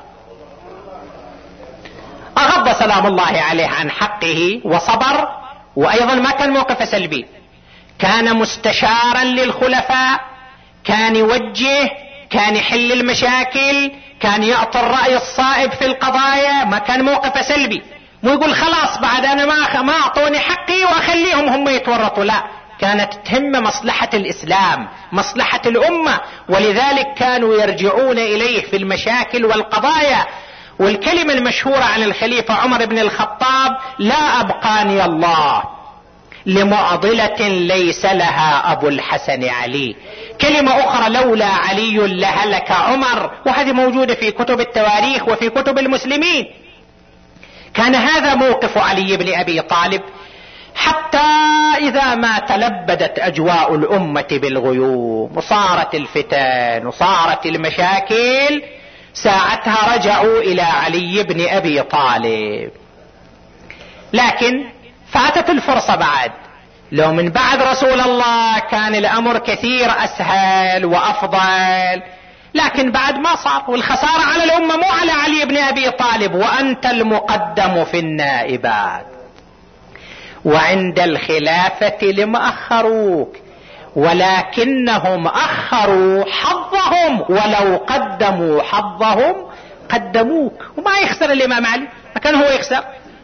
A: أغض سلام الله عليه عن حقه وصبر، وأيضا ما كان موقف سلبي، كان مستشارا للخلفاء، كان يوجه، كان يحل المشاكل، كان يعطي الرأي الصائب في القضايا، ما كان موقف سلبي. مو يقول خلاص بعد أنا ما ما أعطوني حقي وأخليهم هم يتورطوا، لا، كانت تهم مصلحة الإسلام، مصلحة الأمة، ولذلك كانوا يرجعون إليه في المشاكل والقضايا. والكلمة المشهورة عن الخليفة عمر بن الخطاب: لا أبقاني الله لمعضلة ليس لها أبو الحسن علي. كلمة أخرى: لولا علي لهلك عمر، وهذه موجودة في كتب التواريخ وفي كتب المسلمين. كان هذا موقف علي بن أبي طالب، حتى إذا ما تلبدت أجواء الأمة بالغيوم وصارت الفتن وصارت المشاكل، ساعتها رجعوا إلى علي بن أبي طالب. لكن فاتت الفرصة بعد. لو من بعد رسول الله كان الأمر كثير أسهل وأفضل، لكن بعد ما صار، والخسارة على الأمة مو على علي بن أبي طالب. وأنت المقدم في النائبات، وعند الخلافة لم أخروك، ولكنهم أخروا حظهم، ولو قدموا حظهم قدموك. وما يخسر الإمام علي، ما كان هو يخسر.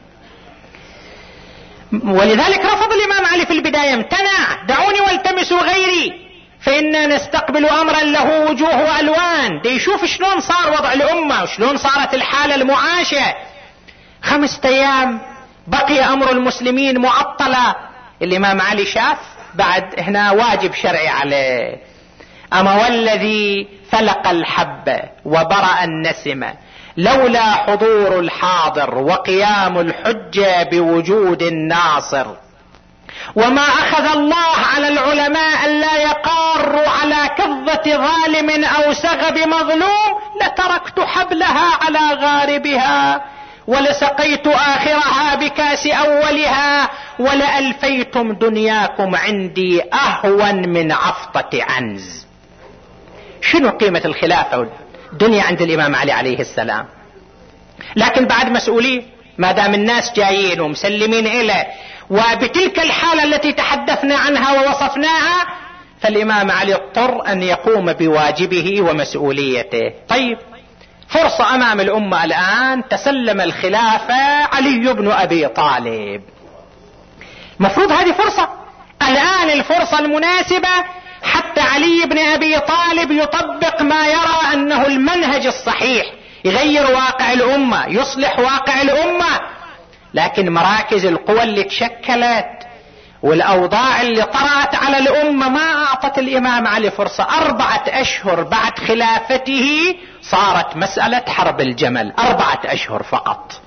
A: ولذلك رفض الإمام علي في البداية، امتنع: دعوني والتمسوا غيري فإننا نستقبل أمرا له وجوه وألوان. دي يشوف شلون صار وضع الأمة وشلون صارت الحالة المعاشة. خمسة أيام بقي أمر المسلمين معطلة. الإمام علي شاف بعد هنا واجب شرعي عليه: أما والذي فلق الحب وبرأ النسمة لولا حضور الحاضر وقيام الحجة بوجود الناصر، وما أخذ الله على العلماء ألا يقاروا على كظة ظالم أو سغب مظلوم لتركت حبلها على غاربها ولسقيت آخرها بكاس أولها ولألفيتم دنياكم عندي أهون من عفطة عنز. شنو قيمة الخلافة والدنيا عند الإمام علي عليه السلام؟ لكن بعد مسؤولية، ما دام الناس جايين ومسلمين إليه وبتلك الحالة التي تحدثنا عنها ووصفناها، فالإمام علي اضطر أن يقوم بواجبه ومسؤوليته. طيب، فرصة أمام الأمة الآن، تسلم الخلافة علي بن أبي طالب. مفروض هذه فرصة الآن، الفرصة المناسبة حتى علي بن أبي طالب يطبق ما يرى أنه المنهج الصحيح، يغير واقع الأمة، يصلح واقع الأمة. لكن مراكز القوى اللي تشكلت والأوضاع اللي طرأت على الأمة ما أعطت الإمام علي فرصة. أربعة أشهر بعد خلافته صارت مسألة حرب الجمل، أربعة أشهر فقط.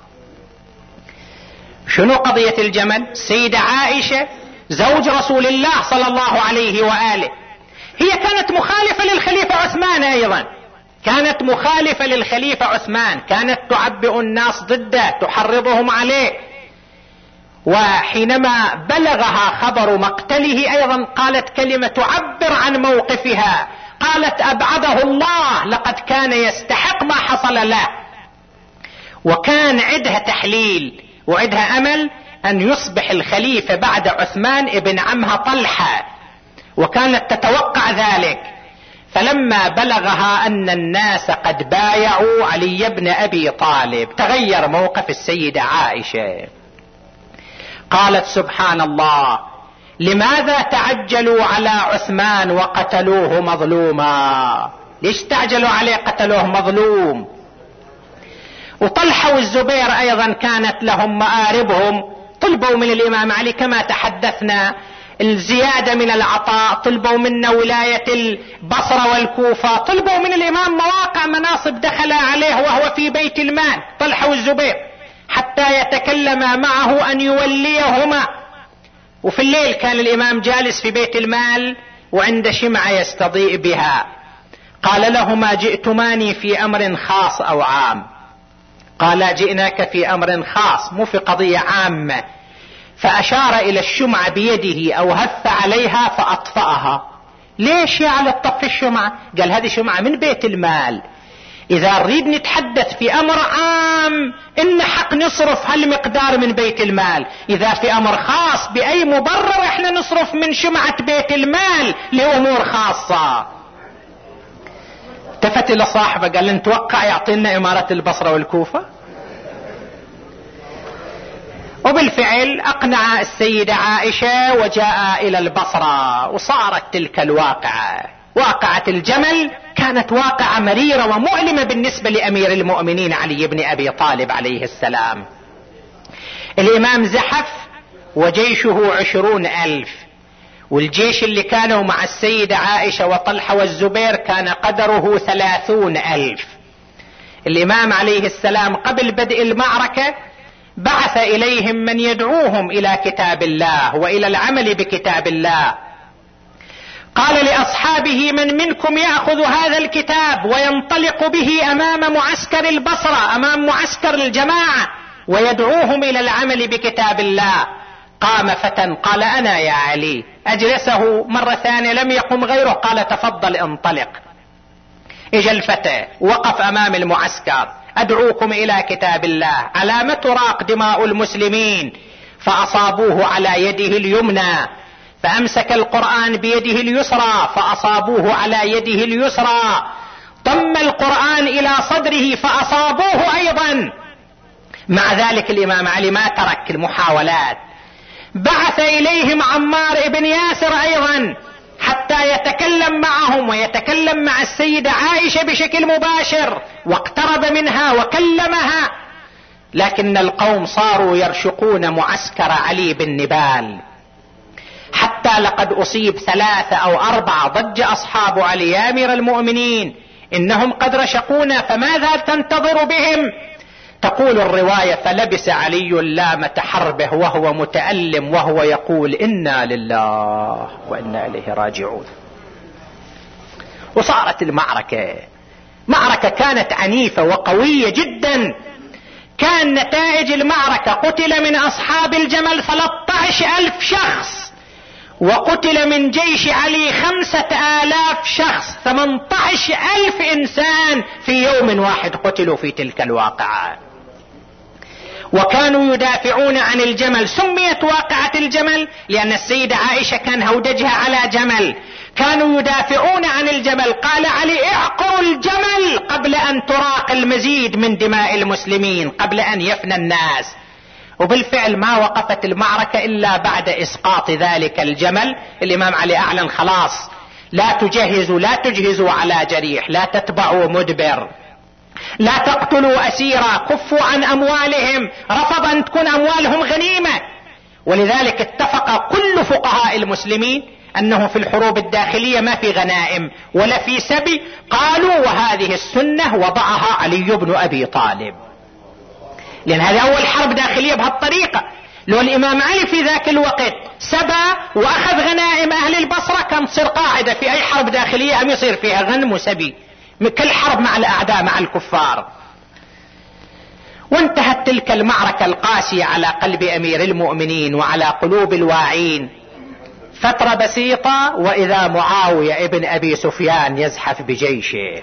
A: شنو قضية الجمل؟ السيدة عائشة زوج رسول الله صلى الله عليه وآله، هي كانت مخالفة للخليفة عثمان، أيضا كانت مخالفة للخليفة عثمان، كانت تعبئ الناس ضده، تحرضهم عليه. وحينما بلغها خبر مقتله أيضا قالت كلمة تعبر عن موقفها، قالت: أبعده الله، لقد كان يستحق ما حصل له. وكان عندها تحليل وعندها أمل أن يصبح الخليفة بعد عثمان ابن عمها طلحة، وكانت تتوقع ذلك. فلما بلغها أن الناس قد بايعوا علي بن أبي طالب تغير موقف السيدة عائشة. قالت: سبحان الله، لماذا تعجلوا على عثمان وقتلوه مظلوما؟ ليش تعجلوا عليه قتلوه مظلوم؟ وطلحة والزبير أيضا كانت لهم مآربهم، طلبوا من الإمام علي كما تحدثنا الزيادة من العطاء، طلبوا منا ولاية البصرة والكوفة، طلبوا من الإمام مواقع مناصب دخل عليه وهو في بيت المال، طلحة والزبير، حتى يتكلم معه أن يوليهما. وفي الليل كان الإمام جالس في بيت المال وعند شمعة يستضيء بها. قال له: ما جئتماني في أمر خاص أو عام؟ قال: جئناك في أمر خاص، مو في قضية عامة. فأشار إلى الشمعة بيده أو هف عليها فأطفأها. ليش يا على الطف الشمعة؟ قال: هذه شمعة من بيت المال، إذا نريد نتحدث في أمر عام إن حق نصرف هالمقدار من بيت المال، إذا في أمر خاص بأي مبرر إحنا نصرف من شمعة بيت المال لأمور خاصة. التفت إلى صاحبه قال: نتوقع يعطينا إمارة البصرة والكوفة؟ وبالفعل أقنع السيدة عائشة وجاء إلى البصرة، وصارت تلك الواقعة. واقعة الجمل كانت واقعة مريرة ومؤلمة بالنسبة لأمير المؤمنين علي بن أبي طالب عليه السلام. الإمام زحف وجيشه عشرون ألف، والجيش اللي كانوا مع السيدة عائشة وطلحة والزبير كان قدره ثلاثون ألف. الإمام عليه السلام قبل بدء المعركة بعث إليهم من يدعوهم إلى كتاب الله وإلى العمل بكتاب الله. قال لأصحابه: من منكم يأخذ هذا الكتاب وينطلق به أمام معسكر البصرة، أمام معسكر الجماعة، ويدعوهم إلى العمل بكتاب الله؟ قام فتى قال: أنا يا علي. أجلسه مرة ثانية لم يقم غيره، قال: تفضل انطلق. اجى الفتى وقف أمام المعسكر: أدعوكم إلى كتاب الله، علامة تراق دماء المسلمين. فأصابوه على يده اليمنى، فأمسك القرآن بيده اليسرى فأصابوه على يده اليسرى، ضم القرآن إلى صدره فأصابوه أيضا. مع ذلك الإمام علي ما ترك المحاولات، بعث إليهم عمار بن ياسر أيضا حتى يتكلم معهم ويتكلم مع السيدة عائشة بشكل مباشر، واقترب منها وكلمها. لكن القوم صاروا يرشقون معسكر علي بالنبال، حتى لقد أصيب ثلاثة أو أربعة. ضج أصحاب علي: يا أمير المؤمنين إنهم قد رشقونا، فماذا تنتظر بهم؟ تقول الرواية: فلبس علي لامة حربه وهو متألم وهو يقول: إنا لله وإنا إليه راجعون. وصارت المعركة معركة كانت عنيفة وقوية جدا. كان نتائج المعركة: قتل من أصحاب الجمل ثلاثة عشر ألف شخص، وقتل من جيش علي خمسة آلاف شخص، ثمانية عشر ألف إنسان في يوم واحد قتلوا في تلك الواقعة. وكانوا يدافعون عن الجمل. سميت واقعة الجمل لأن السيدة عائشة كان هودجها على جمل. كانوا يدافعون عن الجمل. قال علي: اعقروا الجمل قبل أن تراق المزيد من دماء المسلمين، قبل أن يفنى الناس. وبالفعل ما وقفت المعركة إلا بعد إسقاط ذلك الجمل. الإمام علي أعلن: خلاص، لا تجهزوا لا تجهزوا على جريح، لا تتبعوا مدبر، لا تقتلوا أسيرا، كفوا عن أموالهم. رفض أن تكون أموالهم غنيمة. ولذلك اتفق كل فقهاء المسلمين أنه في الحروب الداخلية ما في غنائم ولا في سبي. قالوا: وهذه السنة وضعها علي بن أبي طالب، لأن هذه أول حرب داخلية بهالطريقة. لو الإمام علي في ذاك الوقت سبى وأخذ غنائم أهل البصرة كان تصير قاعدة في أي حرب داخلية أم يصير فيها غنم وسبي، كل حرب مع الأعداء مع الكفار. وانتهت تلك المعركة القاسية على قلب أمير المؤمنين وعلى قلوب الواعين. فترة بسيطة وإذا معاوية ابن أبي سفيان يزحف بجيشه.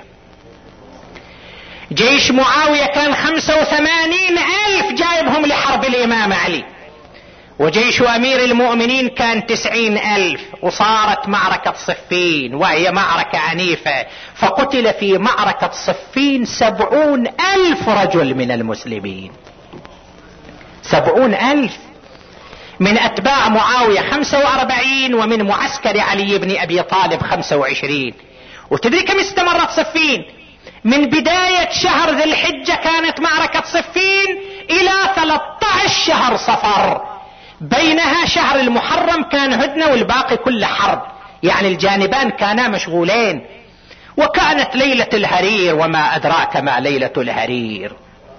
A: جيش معاوية كان خمسة وثمانين ألف جايبهم لحرب الإمام علي، وجيش أمير المؤمنين كان تسعين ألف. وصارت معركة صفين وهي معركة عنيفة، فقتل في معركة صفين سبعون ألف رجل من المسلمين. سبعون ألف من أتباع معاوية خمسة وأربعين، ومن معسكر علي بن أبي طالب خمسة وعشرين. وتدري كم استمرت صفين؟ من بداية شهر ذي الحجة كانت معركة صفين إلى ثلاثة عشر شهر صفر، بينها شهر المحرم كان هدنة والباقي كله حرب، يعني الجانبان كانا مشغولين. وكانت ليلة الهرير، وما أدراك ما ليلة الهرير.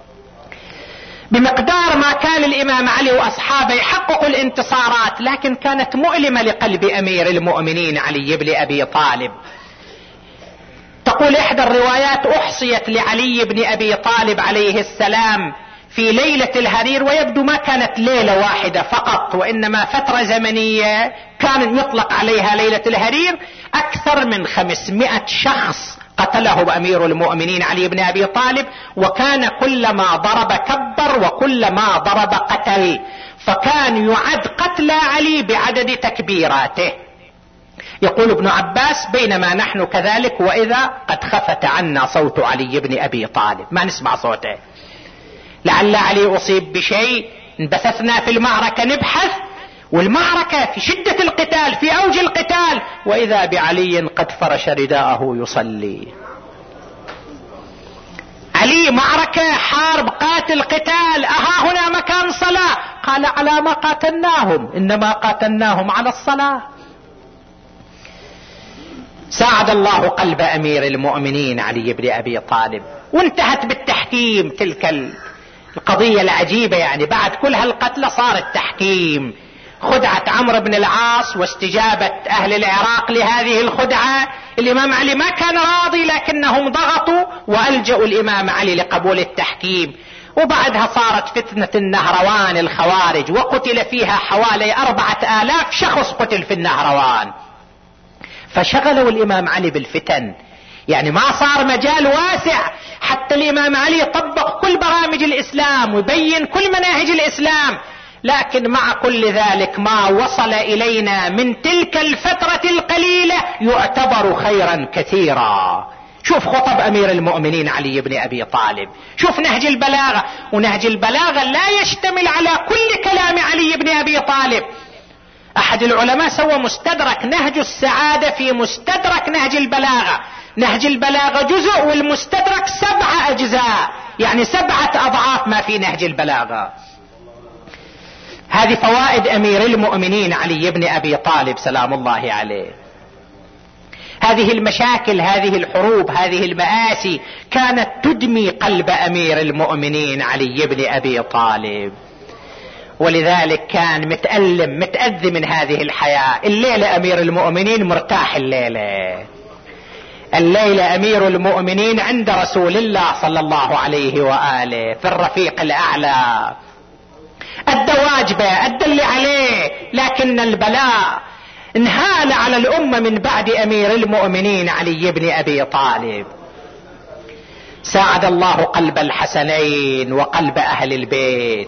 A: بمقدار ما كان الإمام علي وأصحابه يحققوا الانتصارات، لكن كانت مؤلمة لقلب أمير المؤمنين علي بن أبي طالب. تقول تقول احدى الروايات احصيت لعلي بن ابي طالب عليه السلام في ليلة الهرير، ويبدو ما كانت ليلة واحدة فقط وانما فترة زمنية كان يطلق عليها ليلة الهرير، اكثر من خمسمائة شخص قتله امير المؤمنين علي بن ابي طالب، وكان كلما ضرب كبر وكلما ضرب قتل، فكان يعد قتل علي بعدد تكبيراته. يقول ابن عباس بينما نحن كذلك واذا قد خفت عنا صوت علي بن ابي طالب، ما نسمع صوته، لعل علي اصيب بشيء، انبثثنا في المعركة نبحث، والمعركة في شدة القتال في اوج القتال، واذا بعلي قد فرش رداءه يصلي. علي معركة حارب قاتل قتال، اها هنا مكان صلاة؟ قال على ما قاتلناهم، انما قاتلناهم على الصلاة. ساعد الله قلب امير المؤمنين علي بن ابي طالب، وانتهت بالتحكيم تلك القضية العجيبة، يعني بعد كل هالقتلى صار التحكيم. خدعة عمرو بن العاص واستجابة اهل العراق لهذه الخدعة، الامام علي ما كان راضي لكنهم ضغطوا والجأوا الامام علي لقبول التحكيم. وبعدها صارت فتنة النهروان الخوارج، وقتل فيها حوالي اربعة الاف شخص قتل في النهروان، فشغلوا الامام علي بالفتن، يعني ما صار مجال واسع حتى الامام علي يطبق كل برامج الاسلام ويبين كل مناهج الاسلام. لكن مع كل ذلك ما وصل الينا من تلك الفترة القليلة يعتبر خيرا كثيرا. شوف خطب امير المؤمنين علي بن ابي طالب، شوف نهج البلاغة، ونهج البلاغة لا يشتمل على كل كلام علي بن ابي طالب. احد العلماء سوى مستدرك نهج السعادة في مستدرك نهج البلاغة، نهج البلاغة جزء والمستدرك سبعة اجزاء، يعني سبعة اضعاف ما في نهج البلاغة. هذه فوائد امير المؤمنين علي بن ابي طالب سلام الله عليه. هذه المشاكل، هذه الحروب، هذه المآسي كانت تدمي قلب امير المؤمنين علي بن ابي طالب، ولذلك كان متألم متأذي من هذه الحياة. الليلة امير المؤمنين مرتاح، الليلة الليلة امير المؤمنين عند رسول الله صلى الله عليه وآله في الرفيق الاعلى، ادى واجبه، ادى اللي عليه، لكن البلاء انهال على الامة من بعد امير المؤمنين علي بن ابي طالب. ساعد الله قلب الحسنين وقلب اهل البيت،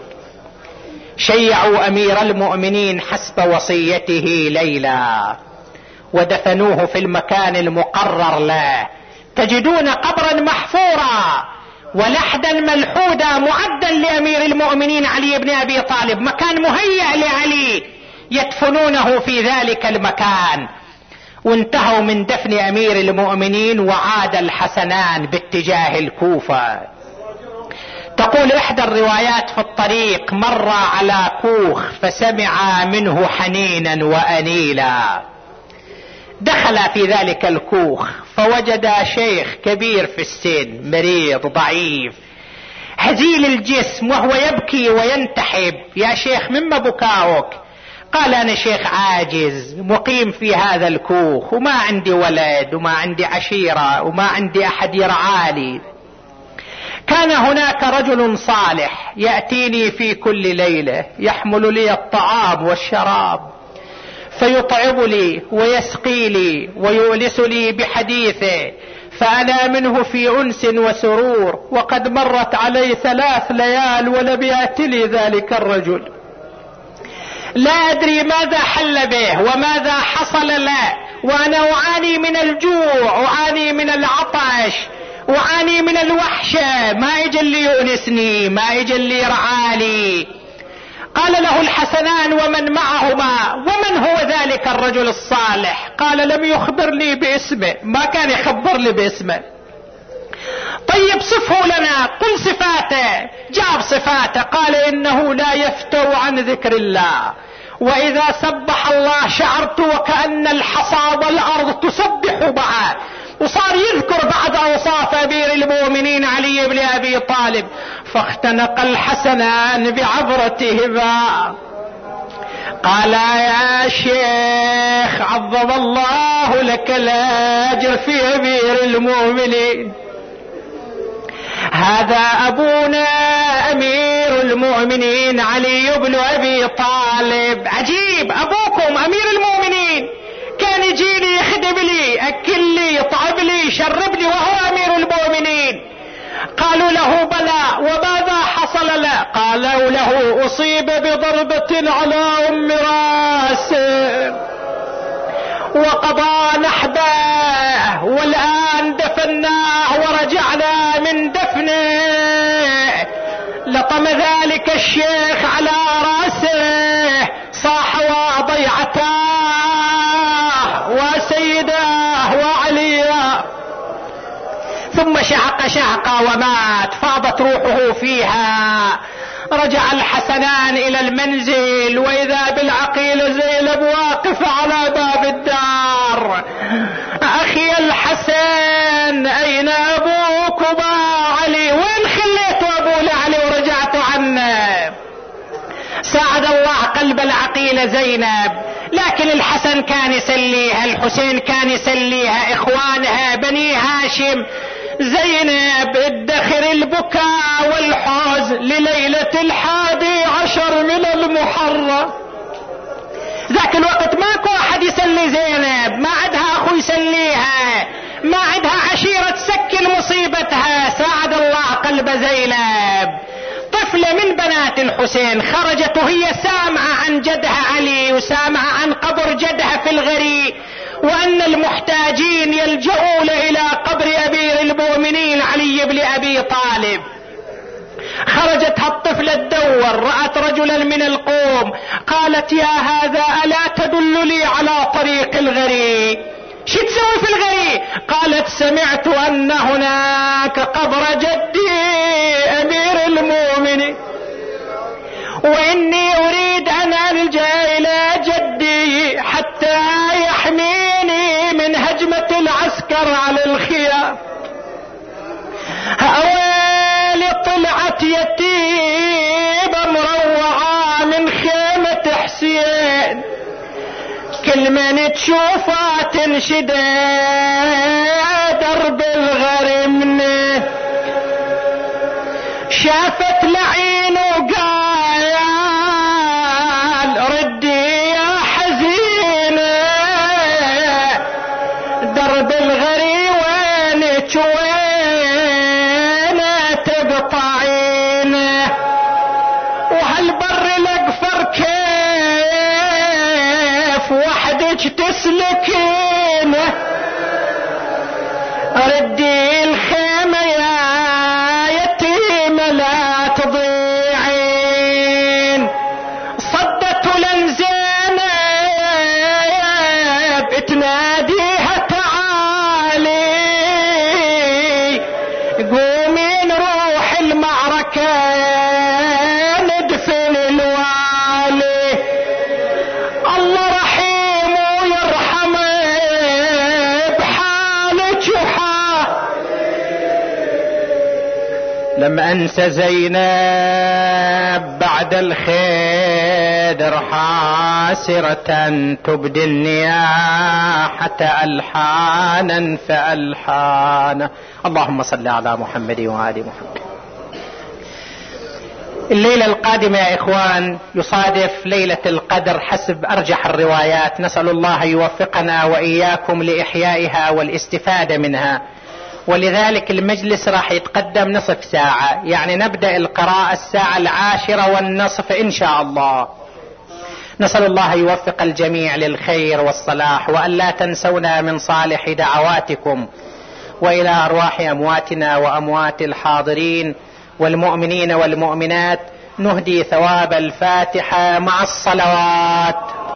A: شيعوا امير المؤمنين حسب وصيته ليلى، ودفنوه في المكان المقرر له. تجدون قبرا محفورا ولحدا ملحودا معدا لامير المؤمنين علي بن ابي طالب، مكان مهيأ لعلي يدفنونه في ذلك المكان. وانتهوا من دفن امير المؤمنين وعاد الحسنان باتجاه الكوفة. تقول احدى الروايات في الطريق مر على كوخ فسمع منه حنينا وانيلا، دخل في ذلك الكوخ فوجد شيخ كبير في السن، مريض ضعيف هزيل الجسم وهو يبكي وينتحب. يا شيخ مما بكاؤك؟ قال انا شيخ عاجز مقيم في هذا الكوخ، وما عندي ولد وما عندي عشيرة وما عندي احد يرعالي. كان هناك رجل صالح يأتيني في كل ليلة يحمل لي الطعام والشراب، فيطعم لي ويسقي لي ويؤنس لي بحديثه، فأنا منه في أنس وسرور. وقد مرت علي ثلاث ليال ولم يأتي لي ذلك الرجل، لا أدري ماذا حل به وماذا حصل له، وأنا أعاني من الجوع، أعاني من العطش، أعاني من الوحشة، ما يجي اللي يؤنسني، ما يجي اللي يرعالي. قال له الحسنان ومن معهما: ومن هو ذلك الرجل الصالح؟ قال: لم يخبرني باسمه، ما كان يخبر لي باسمه. طيب صفه لنا، قل صفاته. جاب صفاته، قال: انه لا يفتر عن ذكر الله، واذا سبح الله شعرت وكأن الحصى والارض تسبح معه. وصار يذكر بعد اوصاف امير المؤمنين علي بن ابي طالب. فاختنق الحسنان بعبرتهما، قال يا شيخ عظم الله لك الأجر في أمير المؤمنين، هذا أبونا أمير المؤمنين علي بن أبي طالب. عجيب، أبوكم أمير المؤمنين كان يجيني يخدم لي، أكل لي، يطعم لي، يشربني وهو أمير المؤمنين. قالوا له بلى، وماذا حصل له؟ قالوا له أصيب بضربة على أم راسه وقضى نحبه، والآن دفناه ورجعنا من دفنه. لطم ذلك الشيخ على راسه، صاح وضيعتاه وسيداه وعليا، ثم شعق شعقا ومات، فاضت روحه فيها. رجع الحسنان الى المنزل واذا بالعقيل زينب واقفة على باب الدار. اخي الحسن اين ابوكما علي؟ وين خليتوا ابو لعلي ورجعتوا عنه؟ ساعد الله قلب العقيل زينب، لكن الحسن كان يسليها، الحسين كان يسليها، اخوانها بني هاشم. زينب ادخر البكاء والحزن لليلة الحادي عشر من المحرم. ذاك الوقت ماكو احد يسلي زينب، ما عندها اخو يسليها، ما عندها عشيرة تسكن مصيبتها. ساعد الله قلب زينب. طفلة من بنات الحسين خرجت وهي سامعة عن جدها علي وسامعة عن قبر جدها في الغري، وأن المحتاجين يلجؤون إلى قبر أمير المؤمنين علي بن أبي طالب. خرجت هالطفلة تدور، رأت رجلا من القوم، قالت يا هذا ألا تدل لي على طريق الغري؟ شو تسوي في الغري؟ قالت سمعت أن هناك قبر جدي أمير المؤمنين، وإني أريد أن ألجأ إلى جدي حتى يحميني من هجمة العسكر على الخيام. أويلي طلعت يتيمة مروعة من خيمة حسين، كل من تشوفها تنشد درب الغرمنة. شافت لعين وقال ردي يا حزينة، درب الغري وينك وين تقطعينه، وهالبر الاقفر كيف وحدك تسلكينه. ردي الخيمة يا يتيمة لا تضيعين. صدت لن زينب تناديها تعالي، قومي نروح المعركة ندفن الوالي. الله رحيم ويرحمه بحالك وحال. لم انسى زينب بعد الخير حاسرة تبدي النياحة ألحانا فألحانا. اللهم صل على محمد وآل محمد. الليلة القادمة يا إخوان يصادف ليلة القدر حسب أرجح الروايات، نسأل الله يوفقنا وإياكم لإحيائها والاستفادة منها، ولذلك المجلس راح يتقدم نصف ساعة، يعني نبدأ القراءة الساعة العاشرة والنصف إن شاء الله. نسأل الله يوفق الجميع للخير والصلاح، وأن لا تنسونا من صالح دعواتكم، وإلى أرواح أمواتنا وأموات الحاضرين والمؤمنين والمؤمنات نهدي ثواب الفاتحة مع الصلوات.